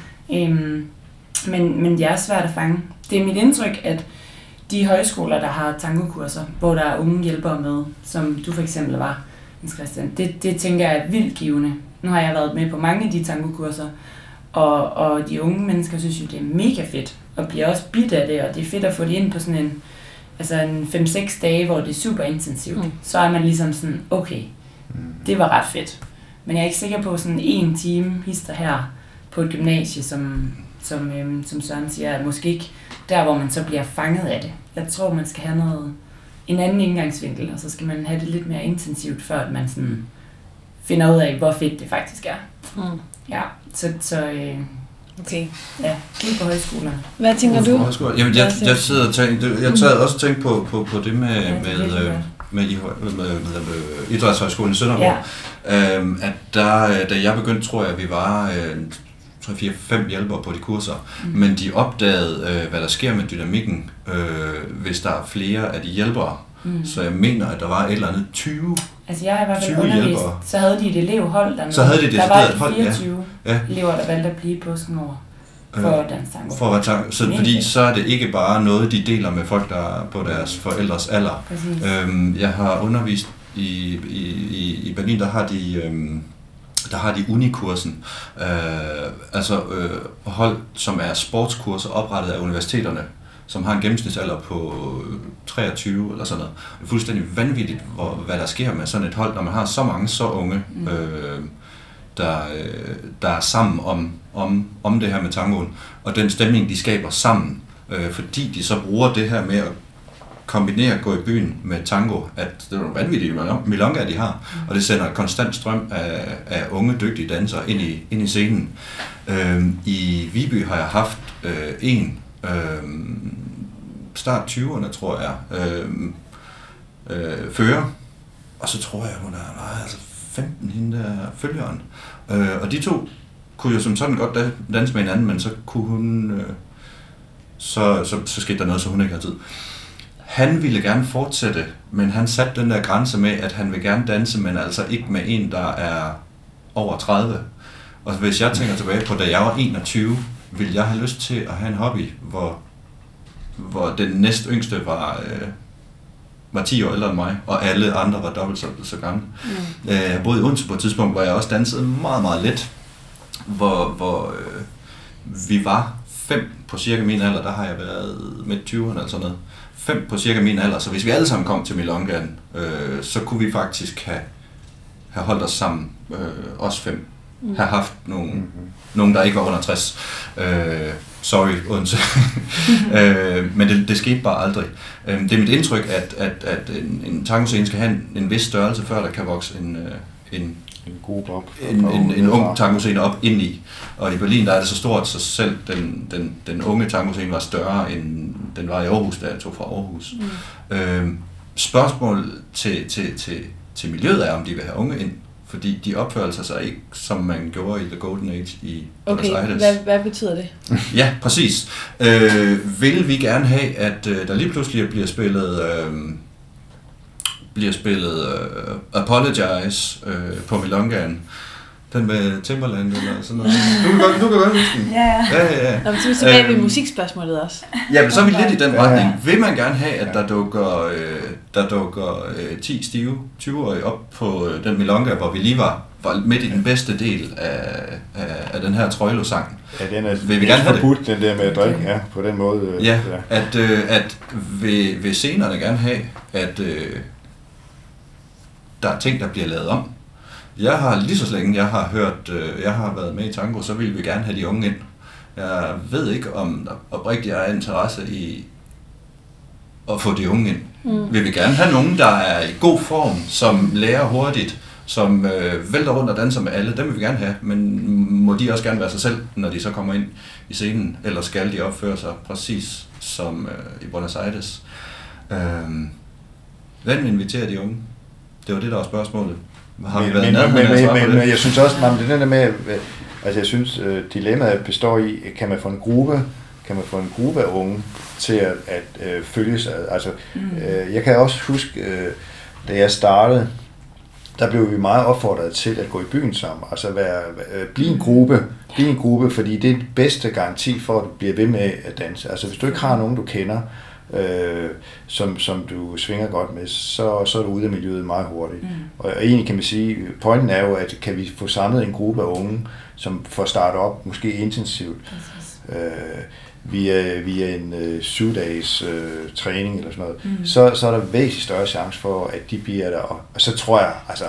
Men det er svært at fange. Det er mit indtryk, at de højskoler, der har tangokurser, hvor der er unge hjælpere med, som du for eksempel var, Jens Christian, det tænker jeg er vildt givende. Nu har jeg været med på mange af de tangokurser, og de unge mennesker synes jo, det er mega fedt, og bliver også bidt af det, og det er fedt at få det ind på sådan en 5-6 dage, hvor det er super intensivt. Så er man ligesom sådan, okay, det var ret fedt. Men jeg er ikke sikker på sådan 1 time hister her på et gymnasie, som Søren siger, er måske ikke der, hvor man så bliver fanget af det. Jeg tror, man skal have en anden indgangsvinkel, og så skal man have det lidt mere intensivt, før at man sådan finder ud af, hvor fedt det faktisk er. Ja, okay. Ja, lige på højskolerne. Hvad tænker du? Jamen, jeg sidder og tænkte på det med Idrætshøjskolen i Sønderborg. At da jeg begyndte, tror jeg, vi var 3-4-5 hjælpere på de kurser, men de opdagede, hvad der sker med dynamikken, hvis der er flere af de hjælpere. Så jeg mener, at der var et eller andet 20. Altså jeg har i hvert fald undervist, så havde de et elevhold dernede. Så havde de det, der var 24 elever, der valgte at blive på Skanor for danse tango. Fordi så er det ikke bare noget, de deler med folk, der er på deres forældres alder. Jeg har undervist i Berlin, der har de unikursen, hold, som er sportskurser oprettet af universiteterne, som har en gennemsnitsalder på 23 eller sådan noget. Det er fuldstændig vanvittigt, hvad der sker med sådan et hold, når man har så mange så unge, der er sammen om det her med tangoen, og den stemning, de skaber sammen, fordi de så bruger det her med at kombinere at gå i byen med tango, at det er nogle vanvittige milongaer, de har, og det sender en konstant strøm af unge, dygtige dansere ind i scenen. I Viby har jeg haft start 20'erne, tror jeg, fører, og så tror jeg, hun er 15 hende der følgeren. Og de to kunne jo som sådan godt danse med hinanden, men så kunne hun, så skete der noget, så hun ikke havde tid. Han ville gerne fortsætte, men han satte den der grænse med, at han vil gerne danse, men altså ikke med en, der er over 30. Og hvis jeg tænker tilbage på, da jeg var 21, ville jeg have lyst til at have en hobby, hvor den næst yngste var 10 år ældre end mig, og alle andre var dobbelt så gamle. Jeg boede i Odense på et tidspunkt, hvor jeg også dansede meget, meget let, hvor vi var 5 på cirka min alder, der har jeg været midt 20'erne eller sådan noget. 5 på cirka min alder, så hvis vi alle sammen kom til milongaen, så kunne vi faktisk have have holdt os sammen, os 5, have haft nogen, der ikke var under 60. Sorry, Odense. Men det skete bare aldrig. Det er mit indtryk, at en tangoscene skal have en vis størrelse, før der kan vokse en gruppe op. En ung tangoscene op indeni. Og i Berlin, der er det så stort, så selv den unge tangoscene var større, end den var i Aarhus, da jeg tog fra Aarhus. Spørgsmål til miljøet er, om de vil have unge ind. Fordi de opfører sig ikke, som man gjorde i The Golden Age i Buenos Aires. Hvad betyder det? Ja, præcis. Vil vi gerne have, at der lige pludselig bliver spillet Apologize på Milongaen. Den med Timberland eller sådan noget. Du kan godt huske den. Ja. Nå, men så er vi tilbage ved musikspørgsmålet også. Ja, men så er vi lidt i den retning. Vil man gerne have, at der dukker 10 stive 20-årige op på den milonga, hvor vi lige var midt i den bedste del af den her Troilo-sang? Ja, den er forbudt, den der med at drikke, ja, på den måde. Ja, at vil scenerne gerne have, at der er ting, der bliver lavet om. Jeg har lige så længe jeg har været med i tango, så vil vi gerne have de unge ind. Jeg ved ikke, om der oprigtigt er interesse i at få de unge ind. Vil vi gerne have nogen, der er i god form, som lærer hurtigt, som vælter rundt og danser med alle. Dem vil vi gerne have, men må de også gerne være sig selv, når de så kommer ind i scenen, eller skal de opføre sig præcis som i Buenos Aires. Hvem inviterer de unge? Det var det, der var spørgsmålet. Men jeg synes også, at det der med, altså jeg synes, dilemmaet består i, kan man få en gruppe af unge til at følge sig. Altså, jeg kan også huske, da jeg startede, der blev vi meget opfordret til at gå i byen sammen. Altså blive en gruppe, fordi det er den bedste garanti for, at du bliver ved med at danse. Altså hvis du ikke har nogen, du kender, som du svinger godt med, så er du ude af miljøet meget hurtigt. Og egentlig kan man sige, pointen er jo, at kan vi få samlet en gruppe af unge, som får startet op, måske intensivt, via en 7-dages træning eller sådan noget, så er der væsentligt større chance for, at de bliver der. Og så tror jeg, altså,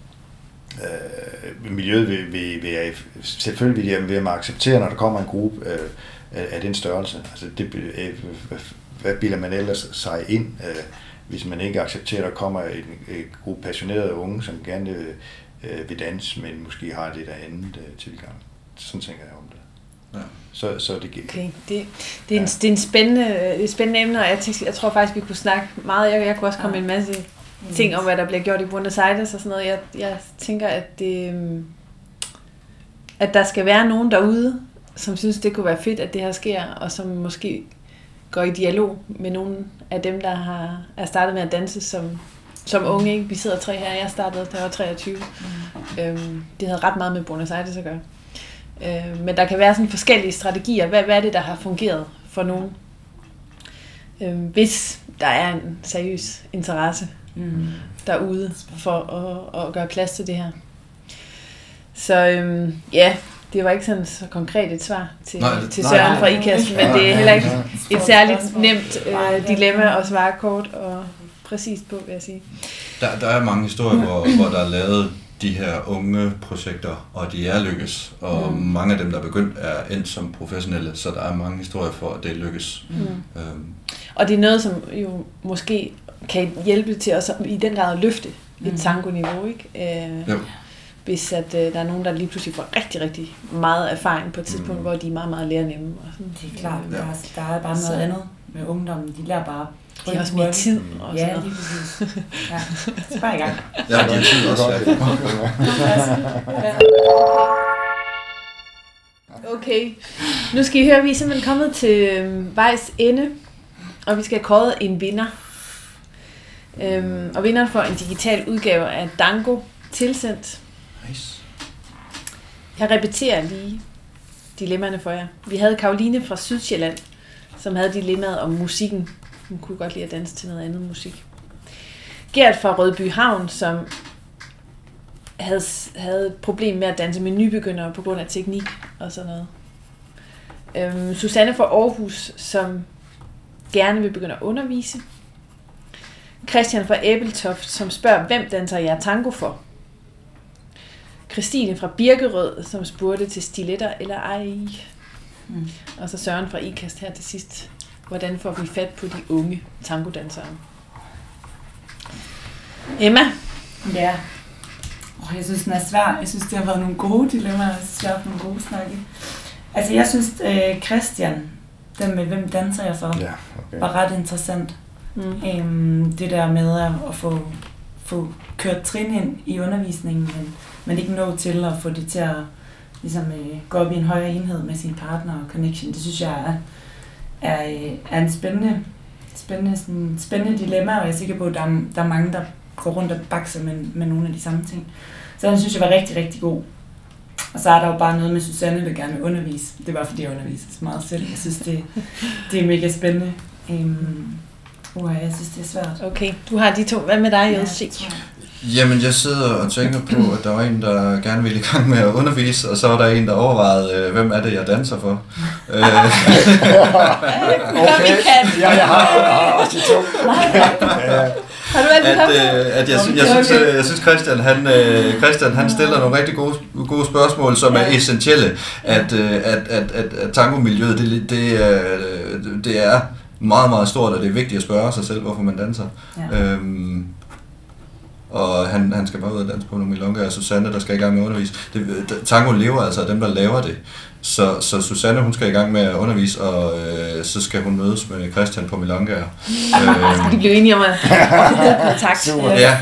miljøet vil selvfølgelig vil man acceptere, når der kommer en gruppe af den størrelse. Altså, hvad bilder man ellers sig ind, hvis man ikke accepterer, at der kommer en gruppe passionerede unge, som gerne vil danse, men måske har lidt af andet tilgang. Sådan tænker jeg om det. Ja. Så det giver. Okay, det er en spændende emne, og jeg tror faktisk, vi kunne snakke meget. Jeg kunne også komme med en masse ting om, hvad der bliver gjort i Buenos Aires og sådan noget. Jeg tænker, at der skal være nogen derude, som synes, det kunne være fedt, at det her sker, og som måske går i dialog med nogle af dem, der er startet med at danse som unge. Ikke? Vi sidder 3 her, jeg startede, da jeg var 23. Det havde ret meget med Buenos Aires at gøre. Men der kan være sådan forskellige strategier. Hvad er det, der har fungeret for nogen? Hvis der er en seriøs interesse derude for at gøre plads til det her. Så det var ikke sådan så konkret et svar til Søren fra IKAST, men det er heller ikke et særligt nemt dilemma at svare kort og præcist på, vil jeg sige. Der er mange historier, hvor der er lavet de her unge projekter, og de er lykkes, og mange af dem, der er begyndt, er endt som professionelle, så der er mange historier for, at det lykkes. Og det er noget, som jo måske kan hjælpe til os i den grad at løfte et tango-niveau, ikke? Hvis at der er nogen, der lige pludselig får rigtig, rigtig meget erfaring på et tidspunkt, hvor de er meget, meget lærernemme. Og sådan. Det er klart, der er bare noget andet med ungdommen. De lærer bare. De har også mere tid. Og ja, lige præcis. Ja, så bare i gang. Ja, de har tid også. Okay, nu skal I høre, vi er simpelthen kommet til vejs ende, og vi skal have kåret en vinder. Og vinderen får en digital udgave af Dango tilsendt. Nice. Jeg repeterer lige dilemmaerne for jer. Vi havde Karoline fra Sydsjælland, som havde dilemmaet om musikken. Hun kunne godt lide at danse til noget andet musik. Gert fra Rødby Havn, som havde et problem med at danse med nybegyndere på grund af teknik og sådan noget. Susanne fra Aarhus, som gerne vil begynde at undervise. Christian fra Æbeltoft, som spørger, hvem danser jeg tango for? Christine fra Birkerød, som spurgte til stiletter eller ej. Og så Søren fra IKAST her til sidst. Hvordan får vi fat på de unge tangodansere? Emma? Ja. Jeg synes, den er svær. Jeg synes, det har været nogle gode dilemmaer. Jeg synes, det har været nogle gode snakke. Altså, jeg synes, Christian, den med hvem danser jeg for, var ret interessant. Det der med at få kørt trin ind i undervisningen, men ikke nå til at få det til at ligesom, gå op i en højere enhed med sin partner og connection. Det synes jeg er en spændende dilemma, og jeg er sikker på, at der er mange, der går rundt og bakser med nogle af de samme ting. Så den synes jeg var rigtig, rigtig god. Og så er der jo bare noget med Susanne, der gerne vil undervise. Det var fordi jeg underviser så meget selv. Jeg synes, det er mega spændende. Jeg synes, det er svært. Okay, du har de to. Hvad med dig, Jens? Jamen, jeg sidder og tænker på, at der var en, der gerne ville i gang med at undervise, og så var der en, der overvejede, hvem er det, jeg danser for. Okay. Ja, jeg har også de to. Har du altid jeg synes Christian han stiller nogle rigtig gode spørgsmål, som er essentielle. At tangomiljøet, det er meget, meget stort, og det er vigtigt at spørge sig selv, hvorfor man danser. Ja. Og han skal bare ud og danse på nogle milonga, og Susanne, der skal i gang med at undervise. Tango lever altså af dem, der laver det. Så Susanne, hun skal i gang med at undervise, og så skal hun mødes med Christian på milonga. Skal de blive enige om at kontakt? Ja.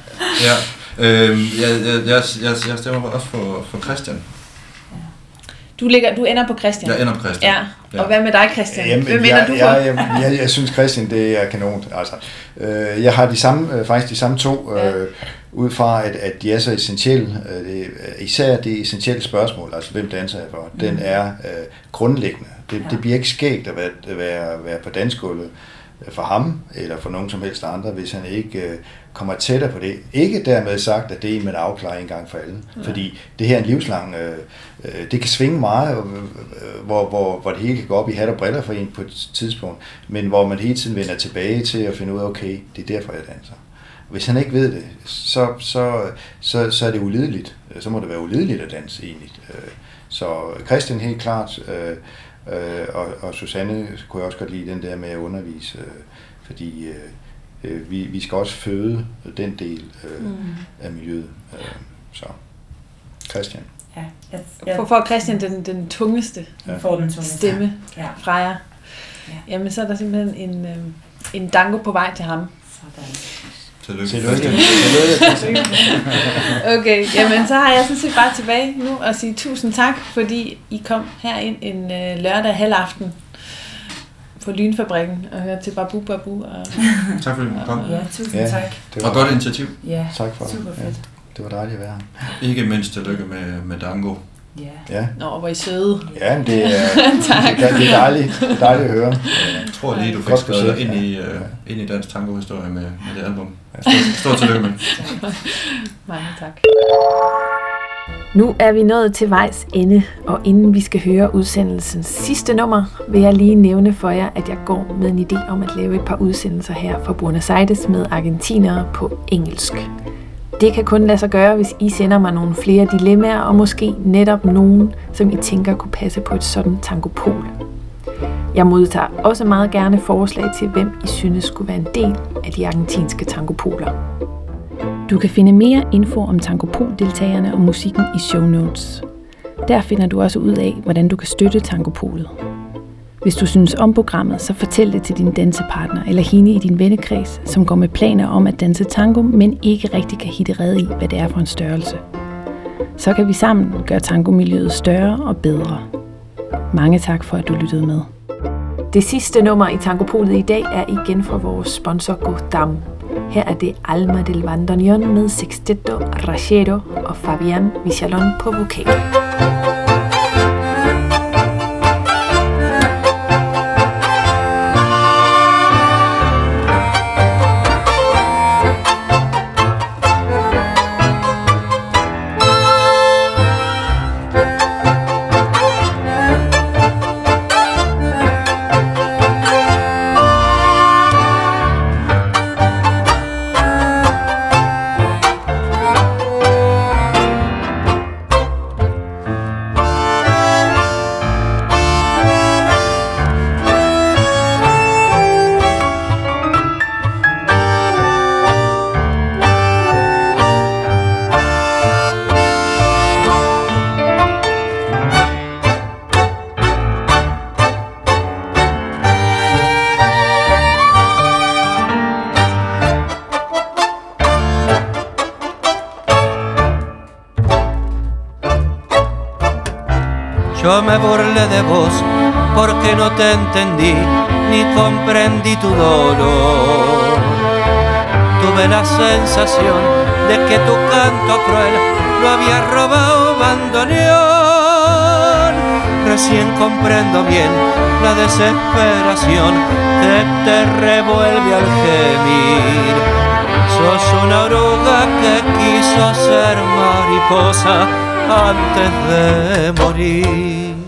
Jeg stemmer også for Christian. Du ender på Christian? Jeg ender på Christian. Ja. Og hvad med dig, Christian? Jamen, hvem ender du for? Jeg synes, Christian, det er kanon. Altså, jeg har faktisk de samme to, ud fra, at de er så essentielle. Især det essentielle spørgsmål, altså hvem danser jeg for, den er grundlæggende. Det bliver ikke skægt at være på dansegulvet for ham, eller for nogen som helst andre, hvis han ikke kommer tættere på det. Ikke dermed sagt, at det er man afklarer en gang for alle. Fordi det her er en livslang, det kan svinge meget, hvor det hele kan gå op i hat og briller for en på et tidspunkt, men hvor man hele tiden vender tilbage til at finde ud af, okay, det er derfor, jeg danser. Hvis han ikke ved det, så er det ulideligt. Så må det være ulideligt at danse egentlig. Så Christian helt klart, og Susanne kunne jeg også godt lide den der med at undervise, fordi vi skal også føde den del af miljøet. Så Christian. Ja. For Christian den tungeste stemme fra jer. Ja. Jamen så er der simpelthen en dango på vej til ham. Tillykke. Okay, jamen så har jeg sådan set bare tilbage nu og sige tusind tak, fordi I kom herind en lørdag halvaften på Lynfabrikken og hørte til Babu Babu. Tak fordi du kom. Ja, tusind tak. Og godt initiativ. Ja, tak for det. Super fedt. Det var dejligt at være her. Ikke mindst tillykke med dango. Ja. Nå, hvor I søde. Ja, men det er dejligt at høre. Jeg tror lige, du fik skrevet ind i dansk tangohistorie med det album. Stort tillykke med. Mange tak. Nu er vi nået til vejs ende, og inden vi skal høre udsendelsens sidste nummer, vil jeg lige nævne for jer, at jeg går med en idé om at lave et par udsendelser her fra Buenos Aires med argentinere på engelsk. Det kan kun lade sig gøre, hvis I sender mig nogle flere dilemmaer, og måske netop nogen, som I tænker kunne passe på et sådan tangopol. Jeg modtager også meget gerne forslag til, hvem I synes skulle være en del af de argentinske tangopoler. Du kan finde mere info om Tangopol-deltagerne og musikken i show notes. Der finder du også ud af, hvordan du kan støtte Tangopolet. Hvis du synes om programmet, så fortæl det til din dansepartner eller hende i din vennekreds, som går med planer om at danse tango, men ikke rigtig kan hitte red i, hvad det er for en størrelse. Så kan vi sammen gøre tangomiljøet større og bedre. Mange tak for, at du lyttede med. Det sidste nummer i Tangopolet i dag er igen fra vores sponsor Godam. Her er det Alma del Bandoneon med Sexteto Rachero og Fabian Vichalon på vokal. Yo me burlé de vos porque no te entendí ni comprendí tu dolor. Tuve la sensación de que tu canto cruel lo había robado bandoneón. Recién comprendo bien la desesperación que te revuelve al gemir. Sos una oruga que quiso ser mariposa antes de morir.